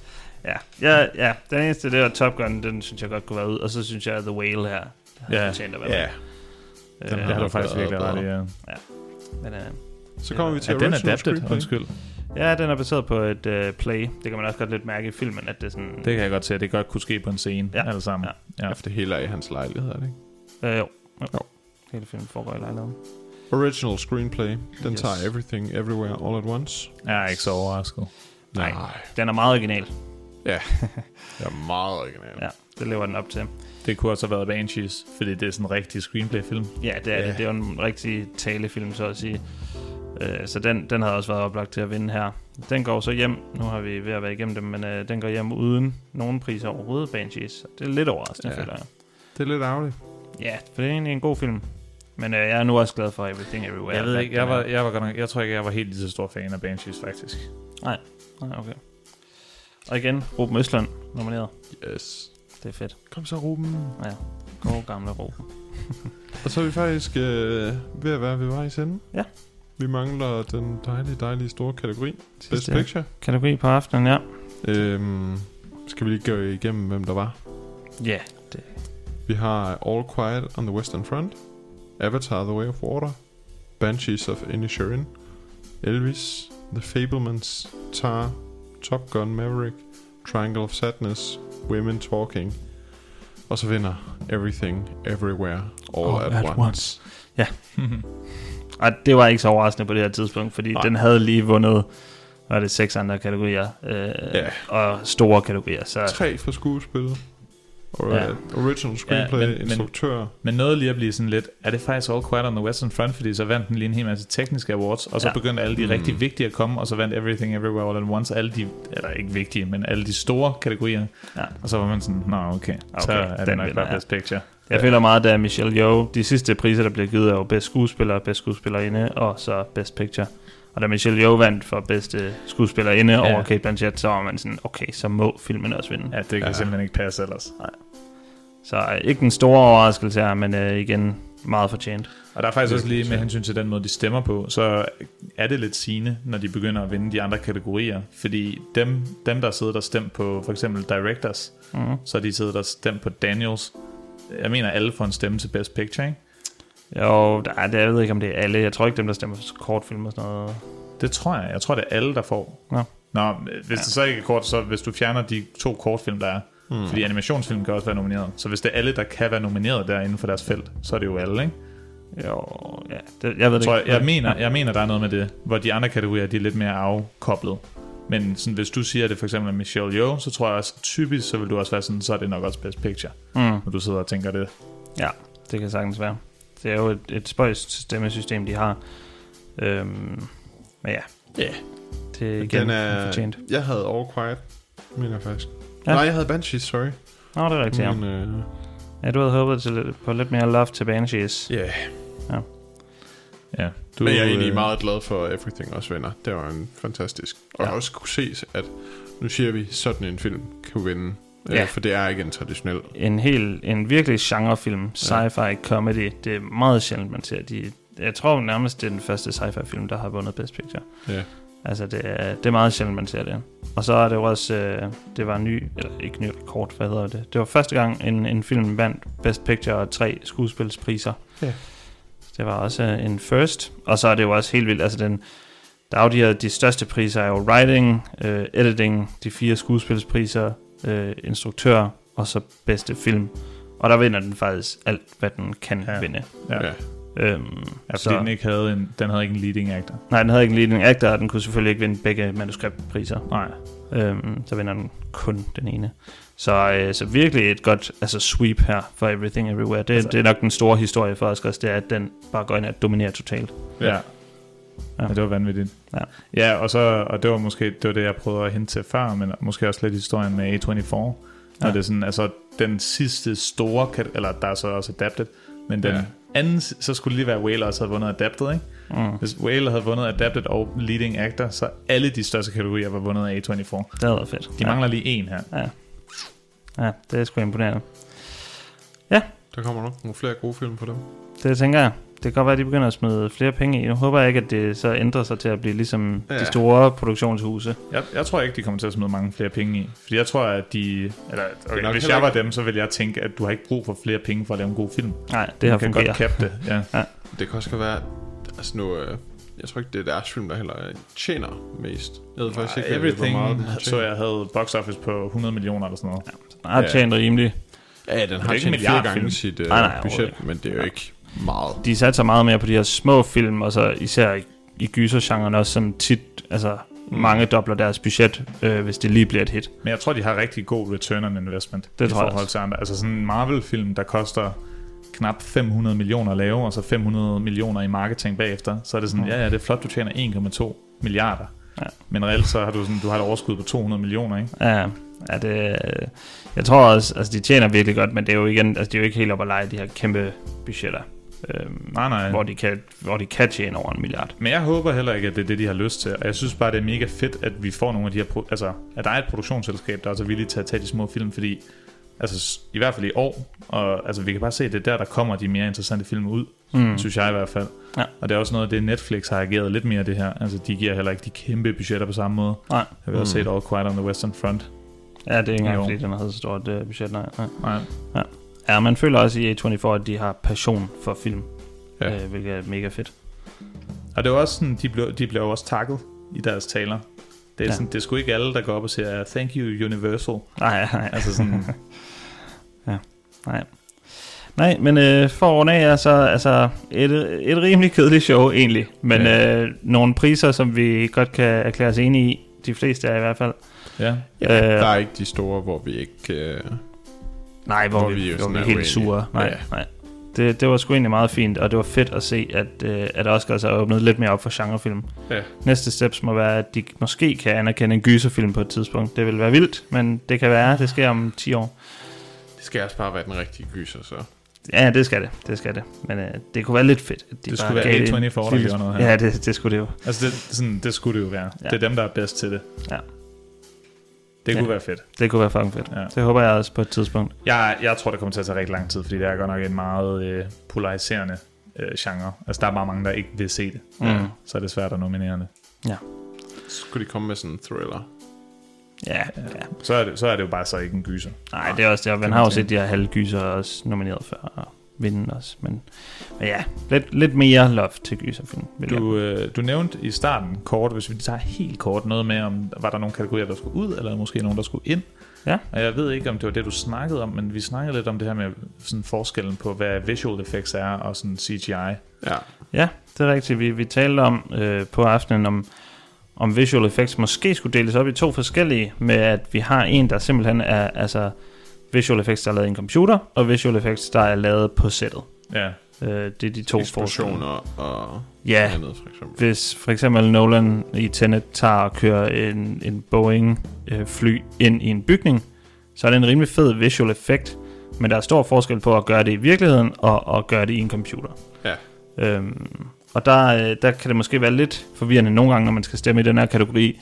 Ja, den eneste, det var Top Gun, den synes jeg godt kunne være ud. Og så synes jeg, The Whale her fortjent at være med. Den har du faktisk virkelig ret i, ja. Men, så kommer vi til den adapted, undskyld. Ja, den er baseret på et play. Det kan man også godt lidt mærke i filmen, at det er sådan... Det kan jeg godt se, at det godt kunne ske på en scene, alle sammen. Ja. Efter det hele er i hans lejlighed, er det ikke? Jo. Hele filmen foregår i lejligheden. Original screenplay. Den tager Everything, Everywhere, All at Once. Jeg er ikke så overrasket. Nej. Den er meget original. Ja, det er meget original. Ja, det lever den op til. Det kunne også have været Banshees, fordi det er sådan en rigtig screenplay-film. Ja, det er det. Det er jo en rigtig talefilm, så at sige. Så den havde også været oplagt til at vinde her. Den går så hjem. Nu har vi ved at være igennem dem, men den går hjem uden nogen priser overhovedet, Banshees. Det er lidt overraskende, føler jeg. Det er lidt ærgerligt. Ja, for det er egentlig en god film. Men jeg er nu også glad for Everything Everywhere. Jeg ved ikke, jeg tror ikke, jeg var helt lige så stor fan af Banshees, faktisk. Nej, okay. Og igen, Ruben Østlund nomineret. Yes. Det er fedt. Kom så, Ruben. Ja, god gamle Ruben. Og så er vi faktisk ved at være ved vejs ende. Ja. Vi mangler den dejlige store kategori. Best Picture. Kategori på aftenen, ja. Skal vi lige gå igennem, hvem der var? Ja, det. Vi har All Quiet on the Western Front, Avatar The Way of Water, Banshees of Inisherin, Elvis, The Fabelmans, Tar, Top Gun Maverick, Triangle of Sadness, Women Talking, og så vinder Everything Everywhere All at Once. Ja. Og det var ikke så overraskende på det her tidspunkt, fordi den havde lige vundet, var det 6 andre kategorier, og store kategorier. Så 3 for skuespillet. Original screenplay, instruktør. Men noget lige at blive sådan lidt, er det faktisk All Quiet on the Western Front, fordi så vandt den lige en hel masse tekniske awards, og så begyndte alle de rigtig vigtige at komme, og så vandt Everything Everywhere All at Once, alle de, eller ikke vigtige, men alle de store kategorier. Ja. Og så var man sådan, okay, så er det nok bare Best Picture. Jeg føler meget, da Michelle Yeoh, de sidste priser, der blev givet, er jo bedst skuespiller, bedst skuespillerinde, og så Best Picture. Og da Michelle Yeoh vandt for bedste skuespillerinde over Cate Blanchett, så var man sådan, okay, så må filmen også vinde. Ja, det kan simpelthen ikke passe ellers. Nej. Så ikke en stor overraskelse her, men igen meget fortjent. Og der er faktisk også lige med hensyn til den måde, de stemmer på, så er det lidt sigende, når de begynder at vinde de andre kategorier. Fordi dem der sidder der stemt på for eksempel Directors, så er de sidder der stemt på Daniels. Jeg mener, alle får en stemme til Best Picture, ikke? Jo, jeg ved ikke, om det er alle. Jeg tror ikke, dem der stemmer for kortfilm og sådan noget. Det tror jeg. Jeg tror, det er alle, der får. Ja. Nå, hvis det så ikke er kort, så hvis du fjerner de 2 kortfilm, der er, fordi animationsfilm kan også være nomineret. Så hvis det er alle, der kan være nomineret der inden for deres felt, så er det jo alle, ikke? Jo, ja. Jeg ved det ikke. Jeg mener, der er noget med det, hvor de andre kategorier, de er lidt mere afkoblet. Men sådan, hvis du siger, at det for eksempel er Michelle Yeoh, så tror jeg også, typisk, så vil du også være sådan, så er det nok også Best Picture, når du sidder og tænker det. Ja, det kan sagtens være. Det er jo et spøjst stemmesystem, de har. Men ja. Det er igen fortjent. Jeg havde All Quiet, mener jeg faktisk. Ja. Nej, jeg havde Banshees, sorry. Nå, det er rigtigt, ja. Du havde håbet på lidt mere love til Banshees. Ja. Men jeg er egentlig meget glad for Everything også vinder. Det var en fantastisk. Og jeg også kunne se, at nu siger vi, sådan en film kan vinde. For det er ikke en traditionel. En virkelig genrefilm, sci-fi comedy. Det er meget sjældent, man ser jeg tror nærmest, det er den første sci-fi film, der har vundet Best Picture. Ja. Altså det er meget sjældent, man ser det. Og så er det jo også, det var ikke ny rekord, hvad hedder det? Det var første gang, en film vandt Best Picture og 3 skuespilspriser. Ja. Det var også en first. Og så er det jo også helt vildt, altså der er jo de største priser er jo writing, editing, de 4 skuespilspriser, instruktør, og så bedste film. Og der vinder den faktisk alt, hvad den kan vinde. Ja. Fordi den havde ikke en leading actor. Nej, den havde ikke en leading actor, og den kunne selvfølgelig ikke vinde begge manuskriptpriser. Nej. Så vinder den kun den ene. Så virkelig et godt sweep her for Everything Everywhere. Det er nok den store historie for Oscars, det er, at den bare går ind og dominerer totalt. Ja, det var vanvittigt. Ja, og det var det, jeg prøvede at hente til før, men måske også lidt historien med A24. Og det er sådan, den sidste store, eller der er så også Adapted, men den anden, så skulle det lige være Whale også havde vundet Adapted, ikke? Hvis Whale havde vundet Adapted og Leading Actor, så alle de største kategorier var vundet af A24. Det havde været fedt. De mangler lige en her. Ja, det er sgu imponerende. Ja. Der kommer nok nogle flere gode film på dem. Det tænker jeg. Det kan godt være, at de begynder at smide flere penge i. Nu håber jeg ikke, at det så ændrer sig til at blive ligesom de store produktionshuse. Jeg tror ikke, de kommer til at smide mange flere penge i. Fordi jeg tror, at hvis jeg var dem, så ville jeg tænke, at du har ikke brug for flere penge for at lave en god film. Nej, det har fungeret. Du kan godt cappe det. Ja. Det kan også være, altså nu, jeg tror ikke, det er deres film, der heller tjener mest. Jeg ved faktisk ikke, Everything, så jeg havde box office på 100 millioner eller sådan noget. Ja, den har tjent rimelig. Ja, den har tjent 4 gange sit budget, men det er jo ikke meget. De satser meget mere på de her små film, og så især i gysergenren også sådan tit, mange dobler deres budget, hvis det lige bliver et hit. Men jeg tror, de har rigtig god return on investment. Det tror jeg også. Til andre. Altså sådan en Marvel-film, der koster knap 500 millioner at lave, og så 500 millioner i marketing bagefter, så er det sådan, ja, det er flot, du tjener 1,2 milliarder. Ja. Men reelt så har du har et overskud på 200 millioner, ikke? Ja, det, jeg tror også, altså de tjener virkelig godt, men det er jo igen, altså de er jo ikke helt op at lege de her kæmpe budgetter. Nej. Hvor de kan tjene over 1 milliard. Men jeg håber heller ikke, at det er det, de har lyst til. Og jeg synes bare, det er mega fedt, at vi får nogle af de her... Altså, at der er et produktionsselskab, der er så villige til at tage de små film, fordi... Altså, i hvert fald i år, og altså, vi kan bare se, at det er der kommer de mere interessante film ud, synes jeg i hvert fald. Ja. Og det er også noget af det, Netflix har ageret lidt mere af det her. Altså, de giver heller ikke de kæmpe budgetter på samme måde. Nej. Jeg har også set All Quiet on the Western Front. Ja, det er ikke engang, fordi den har så stort budget, nej. Ja. Ja, man føler også i A24, at de har passion for film, hvilket er mega fedt. Og det er også sådan, de bliver også takket i deres taler. Det er sådan, det er sgu ikke alle, der går op og siger, thank you Universal. Nej. Altså sådan... ja, nej, men for af er så altså et rimelig kedeligt show egentlig, men nogle priser, som vi godt kan erklære os enige i, de fleste er i hvert fald. Ja, der er ikke de store, hvor vi ikke... nej, hvor vi er helt sure. Nej. Det var sgu egentlig meget fint, og det var fedt at se, at Oscars har åbnet lidt mere op for genrefilm. Ja. Næste steps må være, at de måske kan anerkende en gyserfilm på et tidspunkt. Det vil være vildt, men det kan være, det sker om 10 år. Det skal også bare være den rigtige gyser, så. Ja, det skal det. Men det kunne være lidt fedt. At det skulle være A24, der gjorde noget her. Ja, det skulle det jo. Altså, det skulle det jo være. Ja. Det er dem, der er bedst til det. Ja. Det kunne være fedt. Det kunne være fucking fedt. Ja. Det håber jeg også på et tidspunkt. Jeg tror, det kommer til at tage rigtig lang tid, fordi det er godt nok en meget polariserende genre. Altså, der er bare mange, der ikke vil se det. Så er det svært at nominere det. Ja. Skulle de komme med sådan en thriller? Ja. Så er det jo bare så ikke en gyser. Nej, det er også det. Man har jo set de her halvgyser også nomineret før og vinde også. Men ja, lidt mere love til gyserfilm. Du nævnte i starten kort, hvis vi tager helt kort noget med, om var der nogle kategorier, der skulle ud, eller måske nogen, der skulle ind. Ja. Og jeg ved ikke, om det var det, du snakkede om, men vi snakkede lidt om det her med sådan forskellen på, hvad visual effects er og sådan CGI. Ja, det er rigtigt. Vi talte om på aftenen om visual effects måske skulle deles op i 2 forskellige, med at vi har en, der simpelthen er altså visual effects, der er lavet i en computer, og visual effects, der er lavet på sættet. Ja. Det er de 2 eksplosioner og andet, for eksempel. Hvis for eksempel Nolan i Tenet tager og kører en Boeing fly ind i en bygning, så er det en rimelig fed visual effect, men der er stor forskel på at gøre det i virkeligheden og gøre det i en computer. Ja. Og der kan det måske være lidt forvirrende nogle gange, når man skal stemme i den her kategori,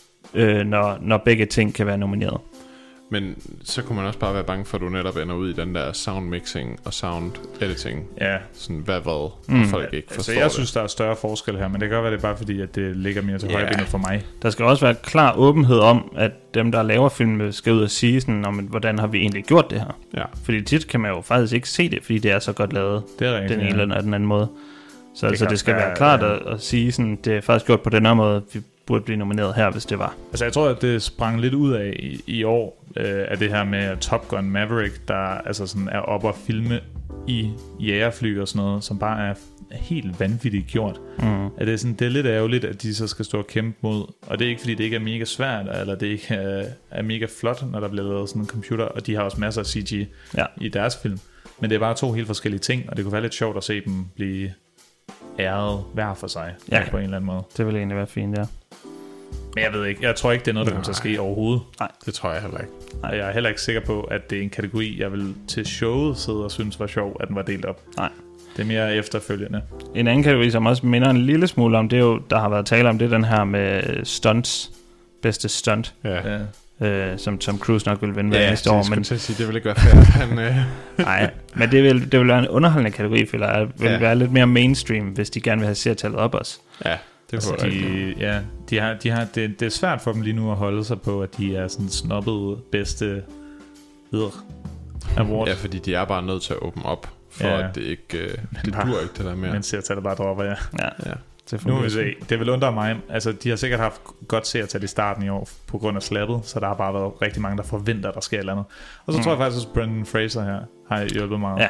når begge ting kan være nomineret. Men så kunne man også bare være bange for, at du netop ender ud i den der sound mixing og sound editing. Ja. Sådan hvad folk ikke forstår. Så jeg synes, der er større forskel her, men det kan godt være, det er bare fordi, at det ligger mere til højbenet for mig. Der skal også være klar åbenhed om, at dem, der laver film, skal ud og sige sådan, hvordan har vi egentlig gjort det her. Ja. Fordi tit kan man jo faktisk ikke se det, fordi det er så godt lavet den ene eller den anden måde. Så altså, det skal være klart at sige sådan, det er faktisk gjort på den her måde, vi burde blive nomineret her, hvis det var. Altså jeg tror, at det sprang lidt ud af i år, af det her med Top Gun Maverick, der altså sådan er oppe at filme i jægerfly og sådan noget, som bare er helt vanvittigt gjort. At det er lidt ærgerligt, at de så skal stå og kæmpe mod, og det er ikke fordi det ikke er mega svært, eller det ikke er mega flot, når der bliver lavet sådan en computer, og de har også masser af CG i deres film. Men det er bare 2 helt forskellige ting, og det kunne være lidt sjovt at se dem blive æret hver for sig på en eller anden måde. Det ville egentlig være fint, ja. Men jeg ved ikke, jeg tror ikke, det er noget, der kommer til at ske overhovedet. Nej, det tror jeg heller ikke. Nej, jeg er heller ikke sikker på, at det er en kategori, jeg vil til showet sidde og synes var sjov, at den var delt op. Nej. Det er mere efterfølgende. En anden kategori, som også minder en lille smule om, det er jo, der har været tale om, det er den her med stunts. Bedste stunt. Ja. Som Tom Cruise nok vil vinde næste år. Men sige, det vil ikke være fair. Nej, men det vil være en underholdende kategori, føler jeg. Det vil være lidt mere mainstream, hvis de gerne vil have seertallet op også. Ja. Det er svært for dem lige nu at holde sig på, at de er sådan snobbet bedste award. Ja, fordi de er bare nødt til at åbne op, for at det ikke det dur ikke det der mere. Men seertallet bare dropper, ja. Nu vil vi se. Det vil undre mig. Altså, de har sikkert haft godt seertal i starten i år på grund af slappet, så der har bare været rigtig mange, der forventer, at der sker et eller andet. Og så tror jeg faktisk, at Brendan Fraser her har hjulpet meget.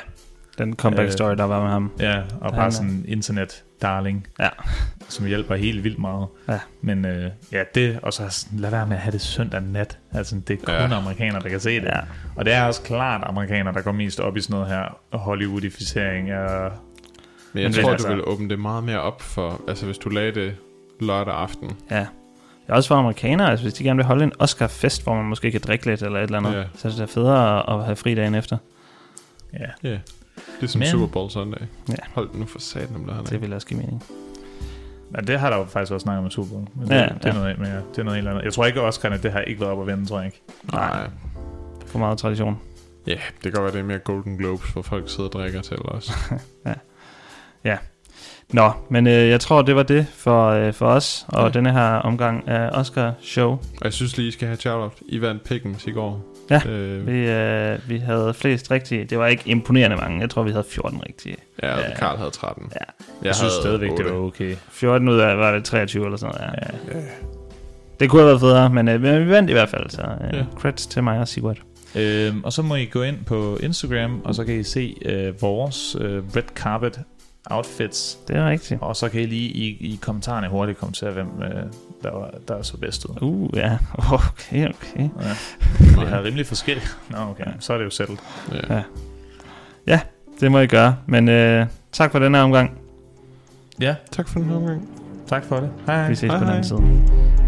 Den comeback story, der var med ham. Ja, og bare sådan en internet-darling, som hjælper helt vildt meget. Ja. Men det, og så lad være med at have det søndag nat. Altså, det er kun amerikanere, der kan se det. Ja. Og det er også klart amerikanere, der går mest op i sådan noget her Hollywoodificering af... Men jeg tror, du vil åbne det meget mere op for, altså hvis du lagde det lørdag aften. Ja. Det er også for amerikanere, altså hvis de gerne vil holde en Oscar-fest, hvor man måske kan drikke lidt eller et eller andet, så er det federe at have fri dagen efter. Ja. Det er som Super Bowl Sunday. Ja. Hold nu for satan om det her. Det vil også give mening. Ja, det har der jo faktisk også snakket med Super Bowl. Men det er noget helt andet. Jeg tror ikke, Oscar'ne, det har ikke været op at vende, tror jeg ikke. Nej. For meget tradition. Ja, det kan godt være, det er mere Golden Globes, hvor folk sidder og drikker til også. Ja. Nå, men jeg tror, det var det for os, og denne her omgang af Oscar-show. Og jeg synes lige, I skal have shout-out. I vandt Pickens i går. Ja, vi havde flest rigtige. Det var ikke imponerende mange. Jeg tror, vi havde 14 rigtige. Ja, og Karl havde 13. Ja. Jeg synes stadigvæk, det var okay. 14 ud af, var det 23 eller sådan noget. Ja. Det kunne have været federe, men vi vandt i hvert fald. Så creds til mig og Sigurd. Og så må I gå ind på Instagram, og så kan I se vores red carpet outfits. Det er rigtigt. Og så kan I lige i kommentarerne hurtigt kommentere, hvem der så bedst ud. Ja. Okay. Ja. Det er rimelig forskelligt. Nå, okay. Så er det jo settled. Ja, det må I gøre. Men tak for den her omgang. Ja. Tak for den her omgang. Tak for det. Hej. Vi ses på den anden side.